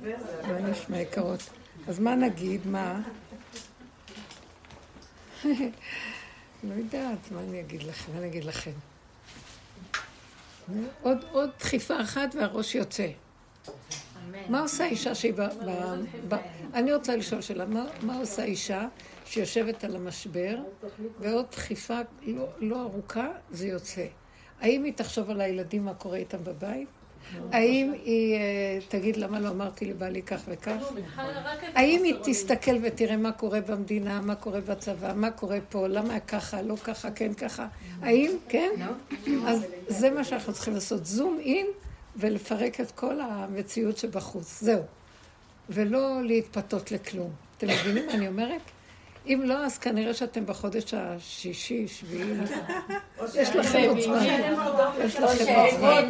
מה נשמע יקרות? אז מה נגיד? מה? לא יודעת, מה אני אגיד לכם? מה אני אגיד לכם? עוד דחיפה אחת והראש יוצא. מה עושה אישה שהיא אני רוצה לשאול שאלה, מה עושה אישה שיושבת על המשבר ועוד דחיפה לא ארוכה, זה יוצא? האם היא תחשוב על הילדים, מה קורה איתם בבית? האם היא תגיד למה לא אמרתי לבעלי כך וכך? האם היא תסתכל ותראה מה קורה במדינה, מה קורה בצבא, מה קורה פה, למה ככה, לא ככה, כן ככה? האם, כן? אז זה מה שאנחנו צריכים לעשות, זום אין ולפרק את כל המציאות שבחוץ, זהו. ולא להתפתות לכלום. אתם מבינים מה אני אומרת? אם לא, אז כנראה שאתם בחודש השישי, שביעי. יש לכם עוד זמן. יש לכם עוד זמן.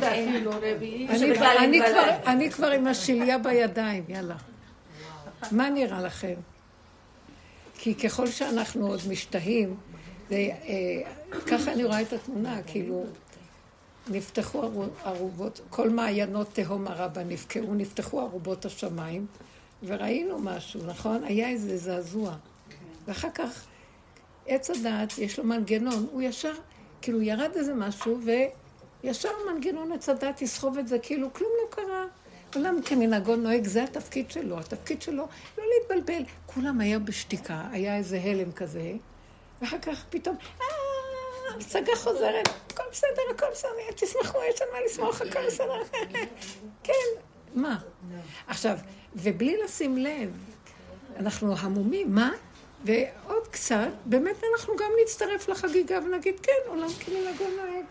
אני כבר עם השליה בידיים, יאללה. מה נראה לכם? כי ככל שאנחנו עוד משתהים, ככה אני רואה את התמונה, כאילו, נפתחו ערובות, כל מעיינות תהום הרבה נפקעו, נפתחו ערובות השמיים, וראינו משהו, נכון? היה איזה זעזוע. ואחר כך, עץ הדעת, יש לו מנגנון, הוא ישר, כאילו ירד איזה משהו, וישר מנגנון עץ הדעת יסחוב את זה, כאילו כלום לא קרה. עולם כמנהגו נוהג, זה התפקיד שלו, התפקיד שלו לא להתבלבל. כולם היה בשתיקה, היה איזה הלם כזה, ואחר כך פתאום, הפסגה חוזרת, הכל בסדר, הכל בסדר, תשמחו, יש על מה לשמוח, הכל בסדר. כן, מה? עכשיו, ובלי לשים לב, אנחנו המומים, מה? ועוד קצת, באמת אנחנו גם נצטרף לחגיגה ונגיד, כן, עולם כמנהגו נוהג.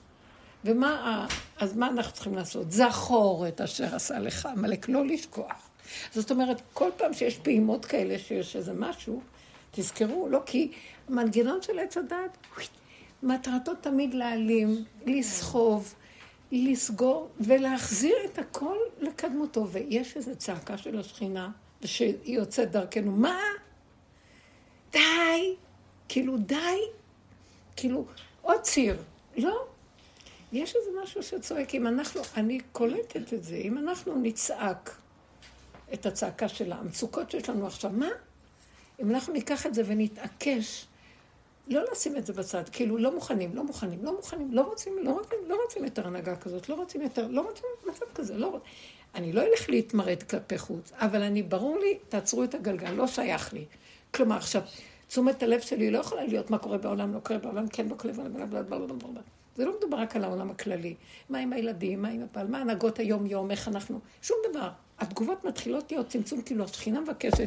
אז מה אנחנו צריכים לעשות? זכור את אשר עשה לך, עמלק, לא לשכוח. זאת אומרת, כל פעם שיש פעימות כאלה, שיש איזה משהו, תזכרו, לא, כי המנגנון של עץ הדעת, מטרתו תמיד להעלים, לסחוב, לסגור ולהחזיר את הכל לקדמותו. ויש איזו צעקה של השכינה, שהיא יוצאת דרכנו, מה? די, כאילו די, כאילו עוד ציר, לא? יש איזה משהו שצועק, אם אנחנו, אני קולטת את זה, אם אנחנו נצעק את הצעקה של המצוקות שיש לנו עכשיו, מה? אם אנחנו ניקח את זה ונתעקש, לא לשים את זה בצד, כאילו לא מוכנים, לא רוצים יותר הנהגה כזאת, לא רוצים מצב כזה, לא רוצים. אני לא אלך להתמרד כלפי חוץ, אבל ברור לי, תעצרו את הגלגל, לא שייך לי. כלומר, עכשיו, תשומת הלב שלי לא יכולה להיות מה קורה בעולם, לא קורה בעולם, כן, לא קורה בעולם, זה לא מדובר רק על העולם הכללי. מה עם הילדים, מה עם הפעל, מה הנהגות היום, איך אנחנו, שום דבר. התגובות מתחילות להיות צמצום, כאילו השכינה מבקשת.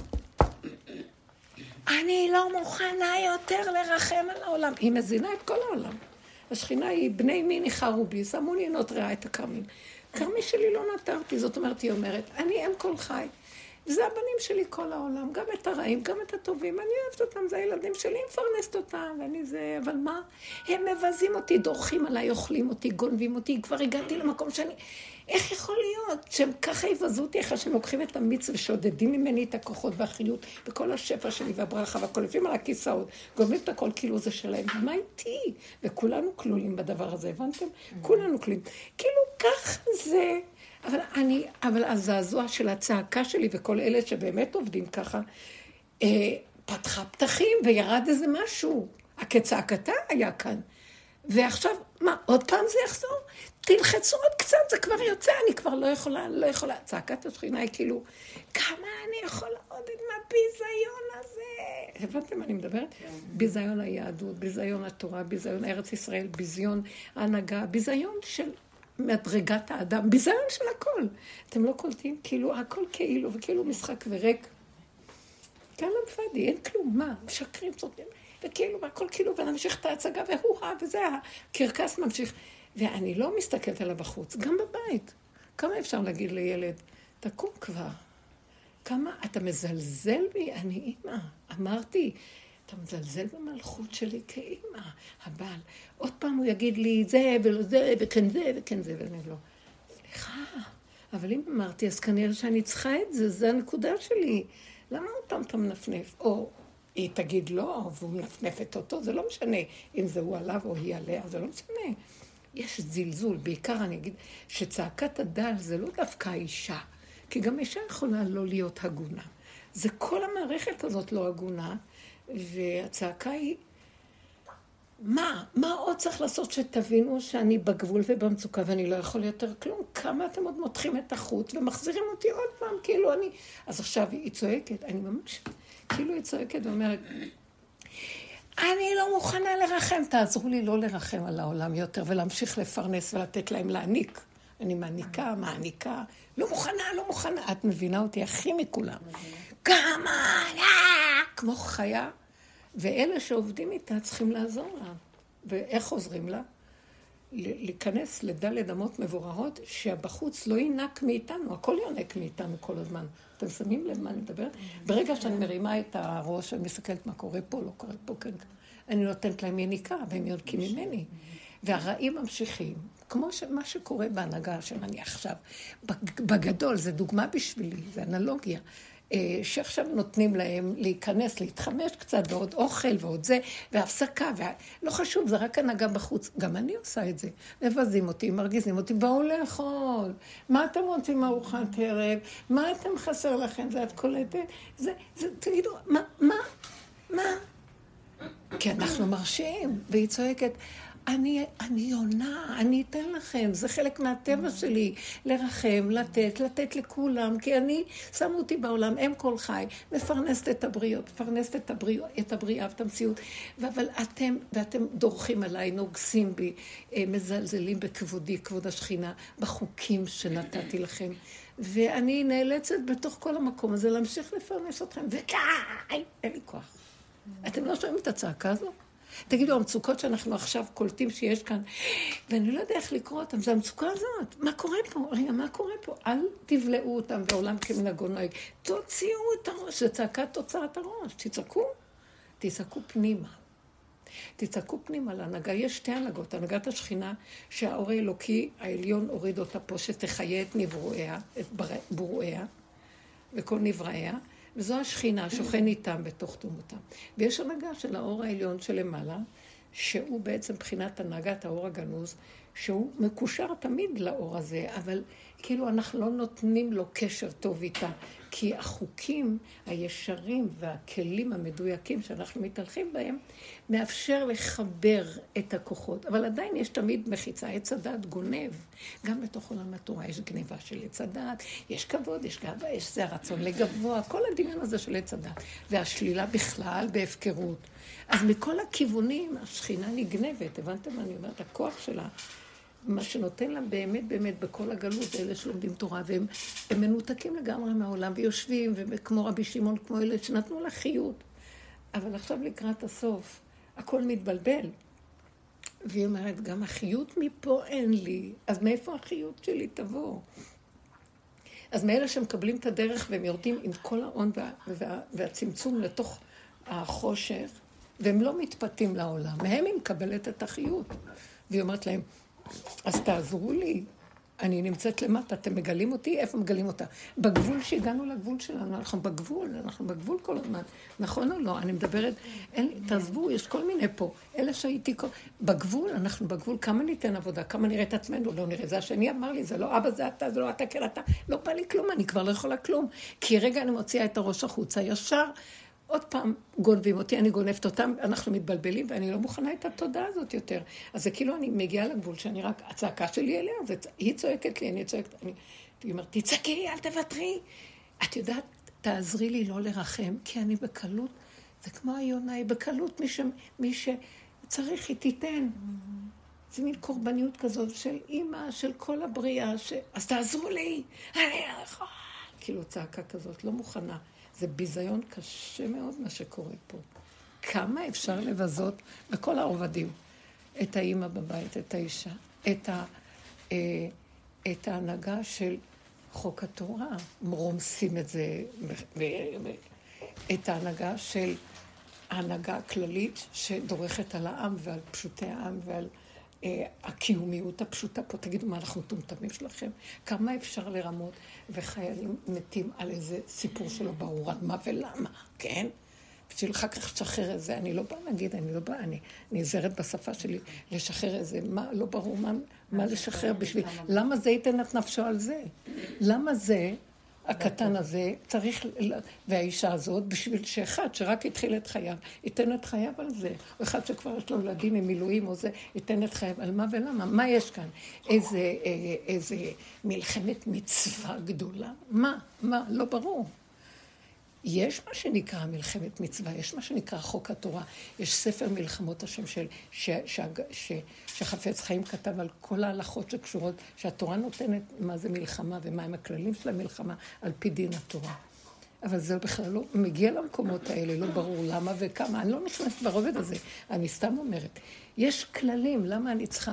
אני לא מוכנה יותר לרחם על העולם. היא מזינה את כל העולם. השכינה היא, בני מין יחרו בי, שמו לי עינות רעה את הכרמים. כרמי שלי לא נטרתי, זאת אומרת, היא אומרת, אני אם כל חי. וזה הבנים שלי כל העולם, גם את הרעים, גם את הטובים, אני אוהבת אותם, זה הילדים שלי, מפרנסת אותם, ואני זה, אבל מה? הם מבזים אותי, דורכים עליי, אוכלים אותי, גונבים אותי, כבר הגעתי למקום שאני, איך יכול להיות שהם ככה יבזו אותי, איך שהם לוקחים את המיץ ושודדים ממני את הכוחות והחיות, וכל השפע שלי והברכה, והכל יושבים על הכיסאות, גומלים את הכל כאילו זה שלהם, מה איתי? וכולנו כלולים בדבר הזה, הבנתם? כולנו כלולים. כאילו ככה זה... אבל הזעזוע של הצעקה שלי וכל אלה שבאמת עובדים ככה, פתחה פתחים וירד איזה משהו. הכצעקתה היה כאן. ועכשיו, מה, עוד פעם זה יחזור? תלחצו עוד קצת, זה כבר יוצא, אני כבר לא יכולה. צעקת השכינה היא כאילו, כמה אני יכולה עוד עם הביזיון הזה? הבנתם מה אני מדברת? ביזיון היהדות, ביזיון התורה, ביזיון ארץ ישראל, ביזיון ההנהגה, ביזיון של... מדרגת האדם, ביזיון של הכל. אתם לא קולטים? כאילו, הכל כאילו, וכאילו משחק וריק. כאן למפדי, אין כלום, מה? משקרים, צודקים, וכאילו, והכל כאילו, ונמשיך את ההצגה, וזה הקרקס ממשיך. ואני לא מסתכלת עליו בחוץ, גם בבית. כמה אפשר להגיד לילד, תקום כבר. כמה אתה מזלזל בי? אני אימא. אמרתי, אתה מזלזל במלכות שלי כאימא, הבעל. עוד פעם הוא יגיד לי זה ולא זה וכן זה וכן זה, ואני לא. סליחה, אבל אם אמרתי, אז כנראה שאני צריכה את זה, זה הנקודה שלי. למה אותם אתה מנפנף? או היא תגיד לא, והוא מנפנפת אותו, זה לא משנה. אם זה הוא עליו או היא עליה, זה לא משנה. יש זלזול, בעיקר אני אגיד, שצעקת הדל זה לא דווקא האישה. כי גם אישה יכולה לא להיות הגונה. זה כל המערכת הזאת לא הגונה, והצעקה היא, מה עוד צריך לעשות שתבינו שאני בגבול ובמצוקה ואני לא יכול יותר כלום? כמה אתם עוד מותחים את החוט ומחזירים אותי עוד פעם, כאילו אני... אז עכשיו היא צועקת, אני ממש... כאילו היא צועקת ואומרת, אני לא מוכנה לרחם, תעזרו לי לא לרחם על העולם יותר ולהמשיך לפרנס ולתת להם להעניק. אני מעניקה, לא מוכנה. את מבינה אותי הכי מכולם. כמה, כמו חיה. ואלה שעובדים איתה צריכים לעזור לה. ואיך עוזרים לה? להיכנס לדלת אמות מבוררות שהבחוץ לא ינק מאיתנו, הכל יונק מאיתנו כל הזמן. אתם שמים לב מה אני מדברת? ברגע שאני מרימה את הראש ומסתכלת מה קורה פה, לא קורה פה, כן. אני נותנת להם יניקה והם יונקים ממני. והרעים ממשיכים, כמו מה שקורה בהנהגה שאני עכשיו, בגדול, זה דוגמה בשבילי, זה אנלוגיה. שעכשיו נותנים להם להיכנס, להתחמש קצת, ועוד אוכל ועוד זה, והפסקה, לא חשוב, זה רק הנהגה בחוץ. גם אני עושה את זה. מבזים אותי, מרגיזים אותי, באו לאכול. מה אתם רוצים ארוחת ערב? מה אתם חסר לכם? זה את קולטת? תגידו, מה? כי אנחנו מרשים, והיא צועקת, אני עונה, אני אתן לכם, זה חלק מהטבע שלי, לרחם, לתת לכולם, כי אני שמו אותי בעולם, אם כל חי, מפרנסת את הבריות, מפרנסת את הבריאה ואת המציאות, אבל ואתם דורכים עליי, נוגסים בי, מזלזלים בכבודי, כבוד השכינה, בחוקים שנתתי לכם, ואני נאלצת בתוך כל המקום הזה להמשיך לפרנס אתכם, ודי, אין לי כוח. אתם לא שומעים את הצעקה הזו? תגידו, המצוקות שאנחנו עכשיו קולטים שיש כאן, ואני לא יודע איך לקרוא אותם, זה המצוקה הזאת. מה קורה פה? רגע, מה קורה פה? אל תבלעו אותם בעולם כמנהגו נוהג. תוציאו את הראש, זה צעקת תוצאת הראש. תצעקו פנימה. תצעקו פנימה להנהגה. יש שתי הנהגות. הנהגת השכינה, שהאור האלוקי, העליון הוריד אותה פה, שתחיה את נברואיה, את ברואיה, וכל נבראיה, וזו השכינה שוכן איתם בתוך תומותם. ויש הנהגה של האור העליון שלמעלה, שהוא בעצם בחינת הנהגת האור הגנוז, שהוא מקושר תמיד לאור הזה, אבל כאילו אנחנו לא נותנים לו קשר טוב איתה, כי החוקים הישרים והכלים המדויקים שאנחנו מתהלכים בהם, מאפשר לחבר את הכוחות, אבל עדיין יש תמיד מחיצה, עץ הדת גונב, גם בתוך עולם התורה יש גניבה של עץ הדת, יש כבוד, יש גאווה, יש זה הרצון לגבוה, כל הדמיון הזה של עץ הדת, והשלילה בכלל בהפקרות. אז מכל הכיוונים השכינה נגנבת, הבנתם מה אני אומרת? הכוח שלה, מה שנותן לה באמת באמת בכל הגלות, אלה שלומדים תורה, והם מנותקים לגמרי מהעולם, ויושבים, וכמו רבי שמעון, כמו אלה שנתנו לה חיות. אבל עכשיו לקראת הסוף, הכל מתבלבל. והיא אומרת, גם החיות מפה אין לי, אז מאיפה החיות שלי תבוא? אז מאלה שמקבלים את הדרך, והם יורדים עם כל ההון והצמצום לתוך החושך, והם לא מתפתים לעולם, מהם היא מקבלת את החיות. והיא אומרת להם, אז תעזרו לי, אני נמצאת למטה, אתם מגלים אותי? איפה מגלים אותה? בגבול שהגענו לגבול שלנו, אנחנו בגבול כל הזמן, נכון או לא? אני מדברת, תעזבו, יש כל מיני פה, אלה שהייתי, בגבול, אנחנו בגבול, כמה ניתן עבודה, כמה נראה את עצמנו, לא נראה, זה השני אמר לי, זה לא אבא, זה אתה, זה לא אתה, כן אתה, לא בא לי כלום, אני כבר לא יכולה כלום, כי רגע אני מוציאה את הראש החוצה ישר, עוד פעם גונבים אותי, אני גונבת אותם, אנחנו מתבלבלים, ואני לא מוכנה את התודעה הזאת יותר. אז זה כאילו אני מגיעה לגבול, שאני רק, הצעקה שלי אליה, היא צועקת לי, אני צועקת, היא אומרת, תצעקי, אל תוותרי. את יודעת, תעזרי לי לא לרחם, כי אני בקלות, זה כמו היונה, היא בקלות, מי שצריך, היא תיתן. זה מין קורבניות כזאת של אימא, של כל הבריאה, אז תעזרו לי, כאילו צעקה כזאת, לא מוכנה. זה ביזיון קשה מאוד מה שקורה פה. כמה אפשר לבזות בכל העובדים, את האמא בבית, את האישה, את ההנהגה של חוק התורה, רומסים את זה, את ההנהגה של ההנהגה הכללית שדורכת על העם ועל פשוטי העם ועל הקיומיות הפשוטה פה. תגידו מה, אנחנו טומטמים שלכם? כמה אפשר לרמות וחיילים מתים על איזה סיפור שלא ברור, על מה ולמה, כן? בשביל אחר כך לשחרר את זה, אני לא באה להגיד, אני נעזרת בשפה שלי לשחרר איזה, מה לא ברור, מה לשחרר בשביל, למה זה ייתן את נפשו על זה? למה זה הקטן הזה צריך, והאישה הזאת, בשביל שאחד שרק התחיל את חייו, ייתן את חייו על זה. או אחד שכבר יש לו ילדים עם מילואים או זה, ייתן את חייו על מה ולמה. מה יש כאן? איזה מלחמת מצווה גדולה? מה? לא ברור. יש מה שנקרא מלחמת מצווה, יש מה שנקרא חוק התורה, יש ספר מלחמות השם שחפץ חיים כתב על כל ההלכות שקשורות, שהתורה נותנת מה זה מלחמה ומה הם הכללים של המלחמה על פי דין התורה. אבל זה בכלל לא מגיע למקומות האלה, לא ברור למה וכמה, אני לא נכנסת ברובד הזה, אני סתם אומרת. יש כללים, למה אני צריכה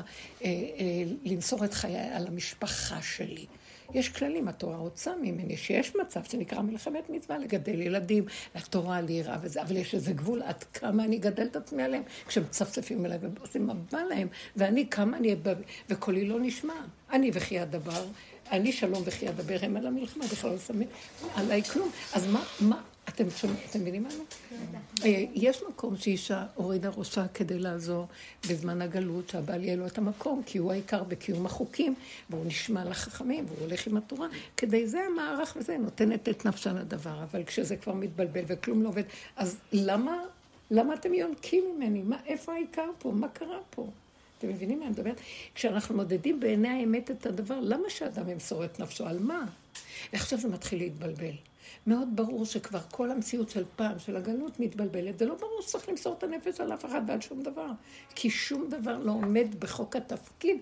למסור את חיי על המשפחה שלי? יש כללים, התורה רוצה ממני, שיש מצב שנקרא מלחמת מצווה לגדל ילדים, לתורה, ליראה וזה, אבל יש איזה גבול עד כמה אני גדל את עצמי עליהם, כשמצפצפים אליי ועושים מבא להם, ואני כמה אני, וקולי לא נשמע. אני וכי הדבר, אני שלום וכי הדבר, הם על המלחמה, בכלל לא שמים עליי כלום. אז מה? אתם מבינים מה? יש מקום שאישה הורידה ראשה כדי לעזור בזמן הגלות, שהבעל יהיה לו את המקום, כי הוא העיקר בקיום החוקים, והוא נשמע לחכמים, והוא הולך עם התורה, כדי זה המערך וזה, נותנת את נפשה לדבר, אבל כשזה כבר מתבלבל וכלום לא עובד, אז למה אתם יונקים ממני? איפה העיקר פה? מה קרה פה? אתם מבינים מה אני מדברת? כשאנחנו מודדים בעיני האמת את הדבר, למה שאדם ימסור את נפשו? על מה? ועכשיו זה מתחיל להתבלבל. מאוד ברור שכבר כל המציאות של פעם, של הגלות מתבלבלת. זה לא ברור שצריך למסור את הנפש על אף אחד ועל שום דבר. כי שום דבר לא עומד בחוק התפקיד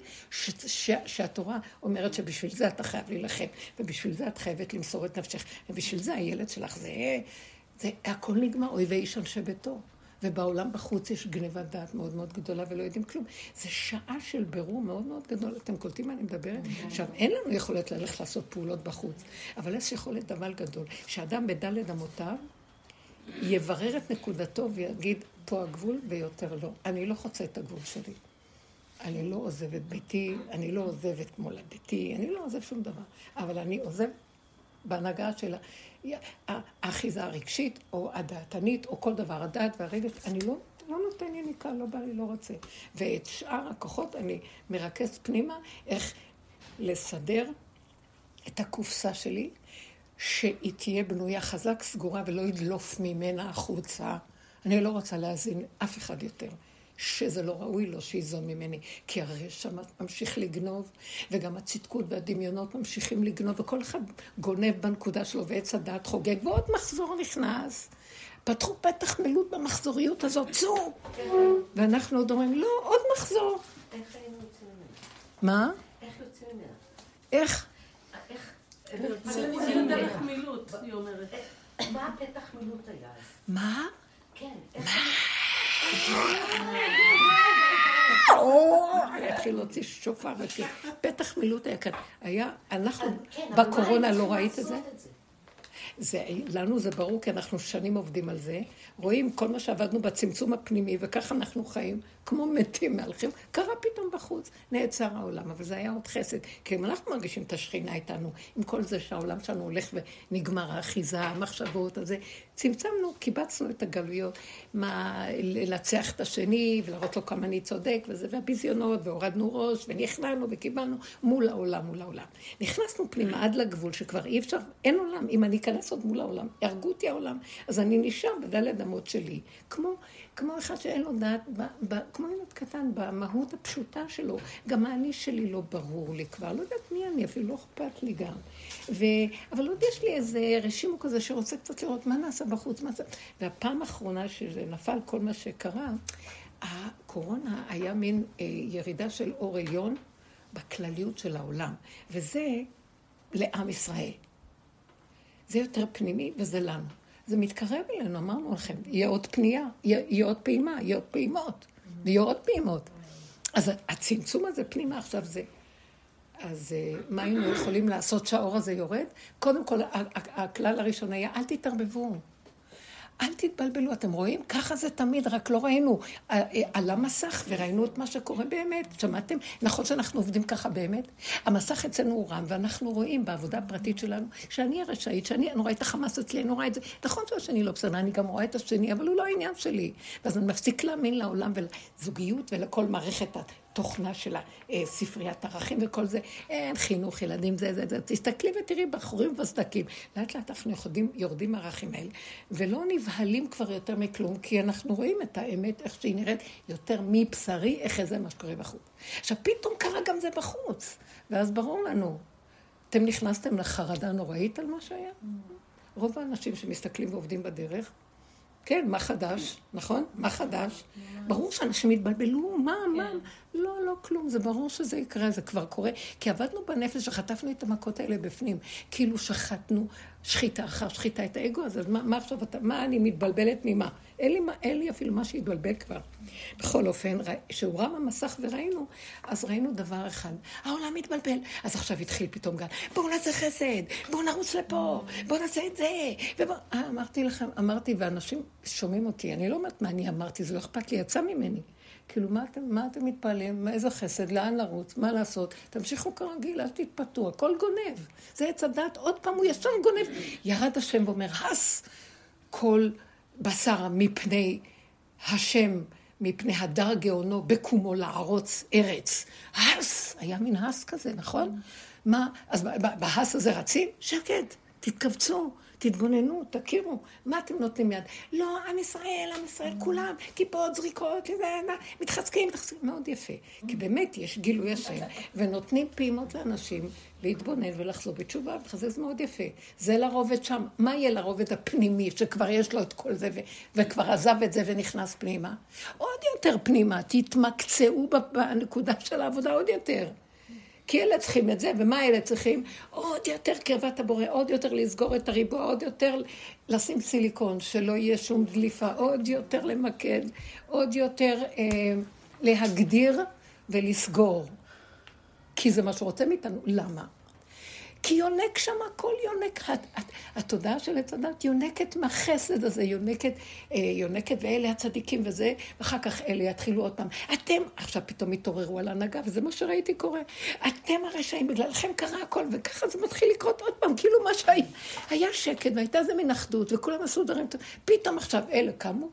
שהתורה אומרת שבשביל זה אתה חייב להילחם, ובשביל זה את חייבת למסור את נפשך, ובשביל זה הילד שלך, זה הכל נגמר, אויבי איש אנשי ביתו. ובעולם בחוץ יש גנבת דעת מאוד מאוד גדולה ולא יודעים כלום. זה שעה של בירור מאוד מאוד גדול. אתם קולטים מה אני מדברת? עכשיו, אין לנו יכולת ללכת לעשות פעולות בחוץ, אבל יש יכולת דבר גדול, שאדם בדלת אמותיו יברר את נקודתו ויגיד, פה הגבול ויותר לא. אני לא חוצה את הגבול שלי. אני לא עוזב את ביתי, אני לא עוזב את מולדתי, אני לא עוזב שום דבר. אבל אני עוזב בהנהגה של האחיזה הרגשית, או הדעתנית, או כל דבר, הדעת והרגש, אני לא נותן יניקה, לא בא לי, לא רוצה. ואת שאר הכוחות אני מרכז פנימה, איך לסדר את הקופסה שלי, שהיא תהיה בנויה חזק, סגורה, ולא ידלוף ממנה החוצה. אני לא רוצה להזין אף אחד יותר. שזה לא ראוי לו שיזון ממני, כי הרשע ממשיך לגנוב, וגם הצדקות והדמיונות ממשיכים לגנוב, וכל אחד גונב בנקודה שלו, ועץ הדעת חוגג, ועוד מחזור נכנס. פתחו פתח מילוט במחזוריות הזאת, צאו! ואנחנו עוד אומרים, לא, עוד מחזור. איך היינו יוצאים ממנה? מה? איך יוצאים ממנה? איך? זה דרך מילוט, היא אומרת. מה הפתח מילוט היה? מה? כן. אני אתחיל להוציא שופר, פתח מילוט היה כאן. אנחנו בקורונה לא ראית את זה? לנו זה ברור, כי אנחנו שנים עובדים על זה, רואים כל מה שעבדנו בצמצום הפנימי, וככה אנחנו חיים, כמו מתים מהלכים, קרה פתאום בחוץ, נעצר העולם, אבל זה היה עוד חסד, כי אם אנחנו מרגישים את השכינה איתנו, עם כל זה שהעולם שלנו הולך ונגמר, האחיזה, המחשבות, הזה, צמצמנו, קיבצנו את הגלויות, לנצח את השני, ולראות לו כמה אני צודק, וזה, והביזיונות, והורדנו ראש, ונכנענו וקיבלנו מול העולם, מול העולם. נכנסנו פנימה עד לגבול, שכבר אי אפשר, אין עולם, אם אני אכנס עוד מול העולם, ירגו אותי העולם, אז אני נשאר בדלת אמות שלי, כמו אחד שאין לו דעת, כמו ילד קטן, במהות הפשוטה שלו, גם האני שלי לא ברור לי כבר, לא יודעת מי אני, אפילו לא אכפת לי גם. אבל עוד יש לי איזה רשימו כזה שרוצה קצת לראות מה נעשה בחוץ, והפעם האחרונה שזה נפל כל מה שקרה, הקורונה היה מין ירידה של אור עליון בכלליות של העולם, וזה לעם ישראל. זה יותר פנימי וזה לנו. זה מתקרב אלינו, אמרנו לכם, יהיה עוד פנייה, יהיה עוד פעימה, יהיה עוד פעימות, ויהיה עוד פעימות. אז הצמצום הזה פנימה עכשיו זה. אז מה היינו יכולים לעשות שהאור הזה יורד? קודם כל, הכלל הראשון היה, אל תתערבבו. אל תתבלבלו, אתם רואים? ככה זה תמיד, רק לא ראינו על המסך וראינו את מה שקורה באמת. שמעתם? נכון שאנחנו עובדים ככה באמת? המסך אצלנו הוא רם, ואנחנו רואים בעבודה הפרטית שלנו, שאני הרשאית, שאני רואה את החמאס אצלי, אני רואה את זה. נכון שהשני לא בסדר, אני גם רואה את השני, אבל הוא לא העניין שלי. ואז אני מפסיק להאמין לעולם ולזוגיות ולכל מערכת התוכנה של ספריית ערכים וכל זה, אין חינוך ילדים, זה. תסתכלי ותראי בחורים וסדקים. לאט לאט אנחנו יורדים מהערכים האלה, ולא נבהלים כבר יותר מכלום, כי אנחנו רואים את האמת, איך שהיא נראית יותר מבשרי, איך זה מה שקורה בחוץ. עכשיו, פתאום קרה גם זה בחוץ, ואז ברור לנו, אתם נכנסתם לחרדה נוראית על מה שהיה? רוב האנשים שמסתכלים ועובדים בדרך, כן, מה חדש, נכון? מה חדש? ברור שאנשים התבלבלו, מה? לא, כלום, זה ברור שזה יקרה, זה כבר קורה, כי עבדנו בנפש וחטפנו את המכות האלה בפנים, כאילו שחטנו שחיטה אחר שחיטה את האגו הזה, אז מה עכשיו, מה אני מתבלבלת ממה? אין לי אפילו מה שהתבלבל כבר. בכל אופן, שהוא רם המסך וראינו, אז ראינו דבר אחד, העולם מתבלבל, אז עכשיו התחיל פתאום גל, בואו נעשה חסד, בואו נרוץ לפה, בואו נעשה את זה, אמרתי לכם, ואנשים שומעים אותי, אני לא אומרת מה אני אמרתי, זה לא אכפת לי, יצא ממני. כאילו, מה אתם מתפעלים? איזה חסד? לאן לרוץ? מה לעשות? תמשיכו כרגיל, אל תתפתו, הכל גונב. זה עץ הדת, עוד פעם הוא ישר גונב. ירד השם ואומר, הס כל בשר מפני השם, מפני הדר גאונו, בקומו לערוץ ארץ. הס, היה מין הס כזה, נכון? מה? אז בהס הזה רצים? שקט, תתכווצו. תתבוננו, תכירו, מה אתם נותנים יד? לא, עם ישראל, כולם, כיפות, זריקות, מתחזקים, מאוד יפה. כי באמת יש גילוי השם, ונותנים פעימות לאנשים להתבונן ולחזור בתשובה, זה מאוד יפה. זה לרובד שם. מה יהיה לרובד הפנימי, שכבר יש לו את כל זה, וכבר עזב את זה ונכנס פנימה? עוד יותר פנימה, תתמקצעו בנקודה של העבודה עוד יותר. כי אלה צריכים את זה, ומה אלה צריכים? עוד יותר קרבת הבורא, עוד יותר לסגור את הריבוע, עוד יותר לשים סיליקון, שלא יהיה שום דליפה, עוד יותר למקד, עוד יותר להגדיר ולסגור. כי זה מה שרוצה מאיתנו. למה? כי יונק שם, הכל יונק. התודעה של עץ הדת יונקת מהחסד הזה, יונקת ואלה הצדיקים וזה, ואחר כך אלה יתחילו עוד פעם. אתם, עכשיו פתאום התעוררו על הנהגה, וזה מה שראיתי קורה. אתם הרשעים, בגללכם קרה הכל, וככה זה מתחיל לקרות עוד פעם, כאילו מה שהיה שקט, והייתה זה מן אחדות, וכולם עשו דברים טוב. פתאום עכשיו אלה קמו,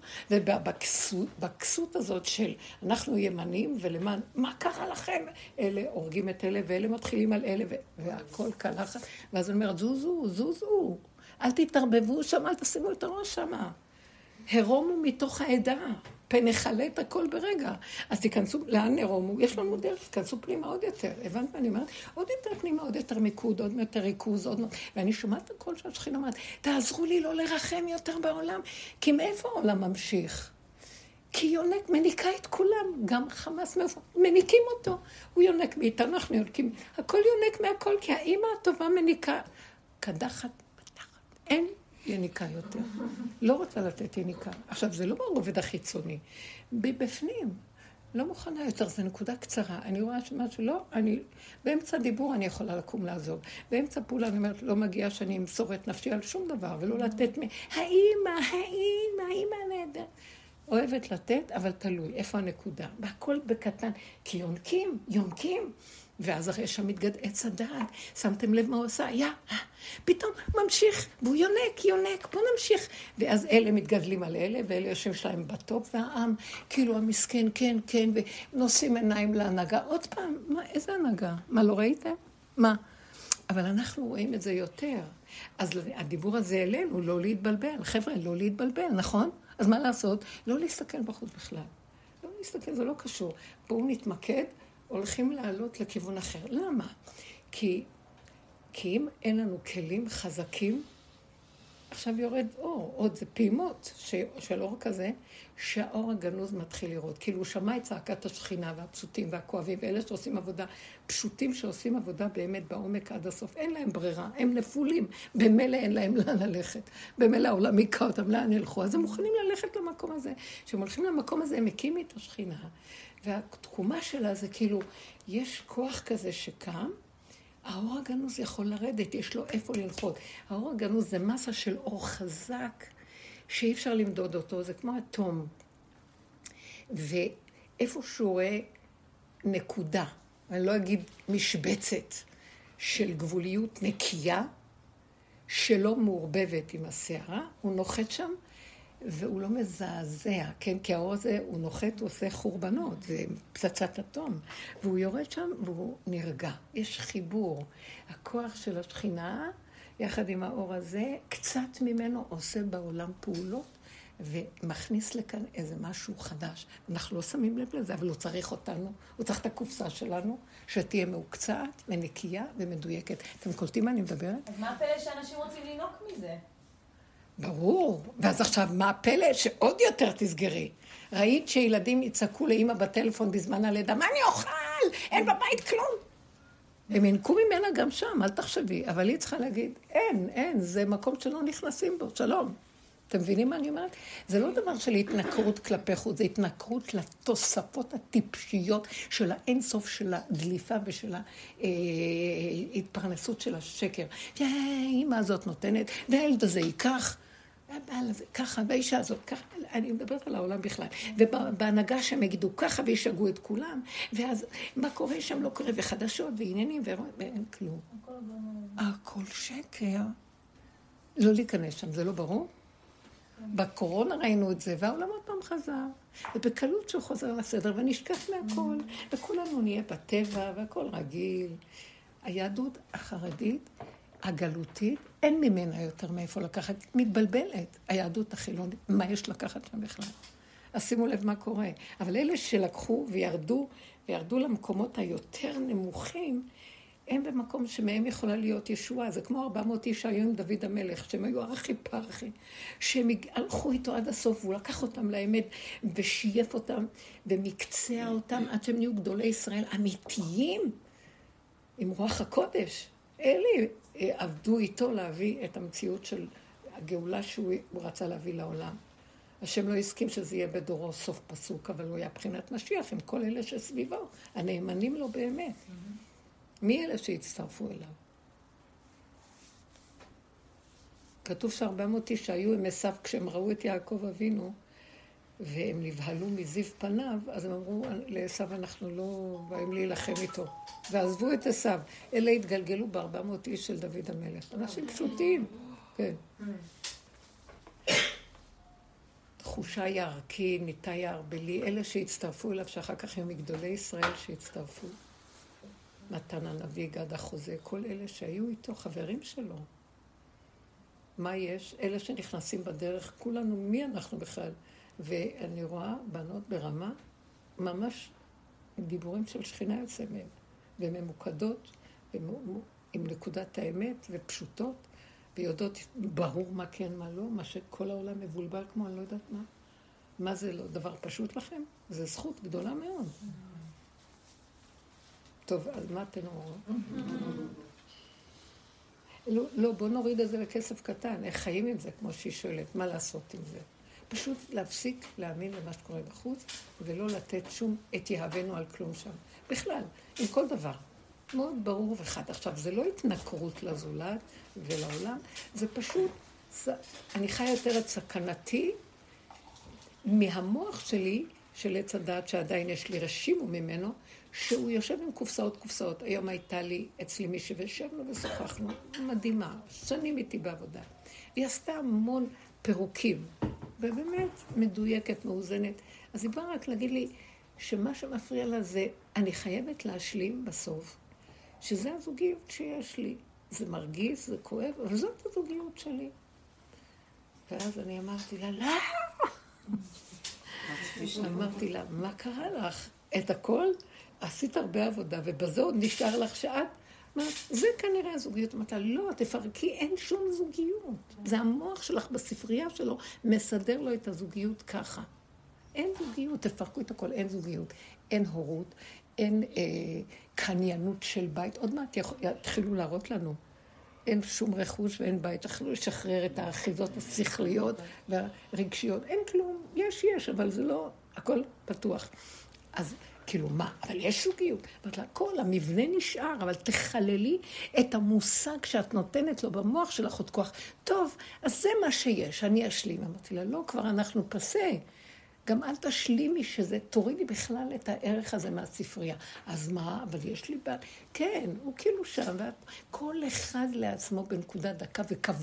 ובכסות הזאת של אנחנו ימנים ולמען, מה קרה לכם? אלה הורגים את אלה, ואלה מתחילים על אלה, והכל קלה. ואז אני אומרת, זוזו, אל תתערבבו שם, אל תשימו את הראש שם. הרומו מתוך העדה, פנחלה את הכל ברגע. אז תיכנסו, לאן הרומו? יש לנו דרך, תיכנסו פנימה עוד יותר. הבנת מה אני אומרת? עוד יותר פנימה, עוד יותר מיקוד, עוד יותר ריכוז, ואני שומעת הכל שהשכינה אומרת, תעזרו לי לא לרחם יותר בעולם, כי מאיפה העולם ממשיך? כי יונק מניקה את כולם, גם חמאס מניקים אותו. הוא יונק מאיתנו, אנחנו יונקים. הכל יונק מהכל, כי האמא הטובה מניקה. קדחת, אין יניקה יותר. לא רוצה לתת יניקה. עכשיו, זה לא ברובד החיצוני. בפנים, לא מוכנה יותר, זו נקודה קצרה. אני רואה שמשהו לא, באמצע דיבור אני יכולה לקום לעזוב. באמצע פעולה אני אומרת, לא מגיעה שאני אמסור את נפשי על שום דבר, ולא לתת האמא נהדר. אוהבת לתת, אבל תלוי, איפה הנקודה? והכל בקטן, כי יונקים, ואז הרי שם מתגד עץ הדעת, שמתם לב מה הוא עושה, פתאום ממשיך, והוא יונק, בוא נמשיך, ואז אלה מתגדלים על אלה, ואלה יושבים שלהם בטופ, והעם, כאילו המסכן, כן, ונושאים עיניים להנהגה, עוד פעם, איזה הנהגה? מה, לא ראיתם? מה? אבל אנחנו רואים את זה יותר, אז הדיבור הזה אלינו, לא להתבלבל, חבר'ה, לא להתבלבל, נכון? אז מה לעשות? לא להסתכל בחוץ בכלל. לא להסתכל, זה לא קשור. בואו נתמקד, הולכים לעלות לכיוון אחר. למה? כי אם אין לנו כלים חזקים, עכשיו יורד אור, עוד זה פעימות של אור כזה, שהאור הגנוז מתחיל לראות. כאילו הוא שמע את צעקת השכינה והפשוטים והכואבים, ואלה שעושים עבודה, פשוטים שעושים עבודה באמת בעומק עד הסוף. אין להם ברירה, הם נפולים, במילא אין להם לאן ללכת. במילא העולם יקע אותם, לאן ילכו. אז הם מוכנים ללכת למקום הזה. כשהם הולכים למקום הזה, הם מקימים את השכינה. והתקומה שלה זה כאילו, יש כוח כזה שקם, האור הגנוז יכול לרדת, יש לו איפה ללכות. האור הגנוז זה מסה של אור חזק, שאי אפשר למדוד אותו, זה כמו אטום. ואיפה שהוא רואה נקודה, אני לא אגיד משבצת, של גבוליות נקייה, שלא מעורבבת עם השערה, הוא נוחת שם, והוא לא מזעזע, כן? כי האור הזה, הוא נוחת, הוא עושה חורבנות, זה פצצת אטום. והוא יורד שם והוא נרגע. יש חיבור. הכוח של השכינה, יחד עם האור הזה, קצת ממנו עושה בעולם פעולות, ומכניס לכאן איזה משהו חדש. אנחנו לא שמים לב לזה, אבל הוא צריך אותנו, הוא צריך את הקופסה שלנו, שתהיה מעוקצעת ונקייה ומדויקת. אתם קולטים מה אני מדברת? אז מה הפלא שאנשים רוצים לינוק מזה? ברור. ואז עכשיו, מה הפלא? שעוד יותר תסגרי. ראית שילדים יצעקו לאמא בטלפון בזמן הלידה, מה אני אוכל? אין בבית כלום. הם ינקו ממנה גם שם, אל תחשבי. אבל היא צריכה להגיד, אין, זה מקום שלא נכנסים בו, שלום. אתם מבינים מה אני אומרת? זה לא דבר של התנכרות כלפי חוץ, זה התנכרות לתוספות הטיפשיות של האינסוף של הדליפה ושל ההתפרנסות של השקר. והאמא הזאת נותנת, והילד הזה ייקח, והבעל הזה ככה, והאישה הזאת ככה, אני מדברת על העולם בכלל. ובהנהגה שהם יגידו ככה וישגעו את כולם, ואז מה קורה שם לא קורה, וחדשות ועניינים, ואין כלום. הכל שקר. לא להיכנס שם, זה לא ברור? בקורונה ראינו את זה, והעולם עוד פעם חזר. ובקלות שהוא חוזר לסדר, ונשכח מהכל. וכולנו נהיה בטבע, והכל רגיל. היהדות החרדית, הגלותית, אין ממנה יותר מאיפה לקחת. מתבלבלת. היהדות החילונית, מה יש לקחת שם בכלל? אז שימו לב מה קורה. אבל אלה שלקחו וירדו למקומות היותר נמוכים, הם במקום שמהם יכולה להיות ישועה. זה כמו 400 איש היו עם דוד המלך, שהם היו ערכי פרחי, שהם הלכו איתו עד הסוף, והוא לקח אותם לאמת, ושייף אותם, ומקצע אותם, עד שהם נהיו גדולי ישראל אמיתיים, עם רוח הקודש. אלה עבדו איתו להביא את המציאות של הגאולה שהוא רצה להביא לעולם. השם לא הסכים שזה יהיה בדורו סוף פסוק, אבל הוא היה בחינת משיח עם כל אלה שסביבו, הנאמנים לו באמת. מי אלה שהצטרפו אליו? כתוב ש400 איש שהיו עם עשיו כשהם ראו את יעקב אבינו, והם נבהלו מזיו פניו, אז הם אמרו לעשיו אנחנו לא באים להילחם איתו. ועזבו את עשיו. אלה התגלגלו ב400 איש של דוד המלך. אנשים פשוטים. כן. תחושה יערכי, ניטה יערבלי, אלה שהצטרפו אליו, שאחר כך הם מגדולי ישראל שהצטרפו. מתן הנביא, גד החוזה, כל אלה שהיו איתו חברים שלו. מה יש? אלה שנכנסים בדרך, כולנו, מי אנחנו בכלל? ואני רואה בנות ברמה, ממש דיבורים של שכינה יוצא מהם, וממוקדות, עם נקודת האמת, ופשוטות, ויודעות ברור מה כן, מה לא, מה שכל העולם מבולבל כמו אני לא יודעת מה. מה זה לא דבר פשוט לכם? זה זכות גדולה מאוד. טוב, אז מה אתם אומרים? לא, בוא נוריד את זה לכסף קטן. איך חיים עם זה, כמו שהיא שואלת, מה לעשות עם זה? פשוט להפסיק להאמין למה שקורה בחוץ, ולא לתת שום את יהבנו על כלום שם. בכלל, עם כל דבר. מאוד ברור וחד. עכשיו, זה לא התנכרות לזולת ולעולם, זה פשוט, אני חיה יותר את סכנתי מהמוח שלי, של עץ הדעת שעדיין יש לי רשימו ממנו, שהוא יושב עם קופסאות. היום הייתה לי אצלי מישהי וישבנו ושוחחנו, מדהימה, שנים איתי בעבודה. והיא עשתה המון פירוקים, ובאמת מדויקת, מאוזנת. אז היא באה רק להגיד לי שמה שמפריע לה זה, אני חייבת להשלים בסוף, שזה הזוגיות שיש לי. זה מרגיש, זה כואב, אבל זאת הזוגיות שלי. ואז אני אמרתי לה, לא! אמרתי לה, מה קרה לך? את הכל? עשית הרבה עבודה, ובזה עוד נשאר לך שעת? זה כנראה הזוגיות. אמרת לה, לא, תפרקי, אין שום זוגיות. זה המוח שלך בספרייה שלו, מסדר לו את הזוגיות ככה. אין זוגיות, תפרקו את הכל, אין זוגיות. אין הורות, אין קניינות של בית. עוד מעט יתחילו להראות לנו. אין שום רכוש ואין בית. תחילו לשחרר את האחיזות השכליות והרגשיות. אין כלום. יש, אבל זה לא, הכל פתוח. אז כאילו מה? אבל יש זוגיות. אמרת לה, כל המבנה נשאר, אבל תחללי את המושג שאת נותנת לו במוח שלך עוד כוח. טוב, אז זה מה שיש, אני אשלים. אמרתי לה, לא, כבר אנחנו פסה. גם אל תשלימי שזה, תורידי בכלל את הערך הזה מהספרייה. אז מה? אבל יש לי בעל. כן, הוא כאילו שם, כל אחד לעצמו בנקודה דקה וכבוד.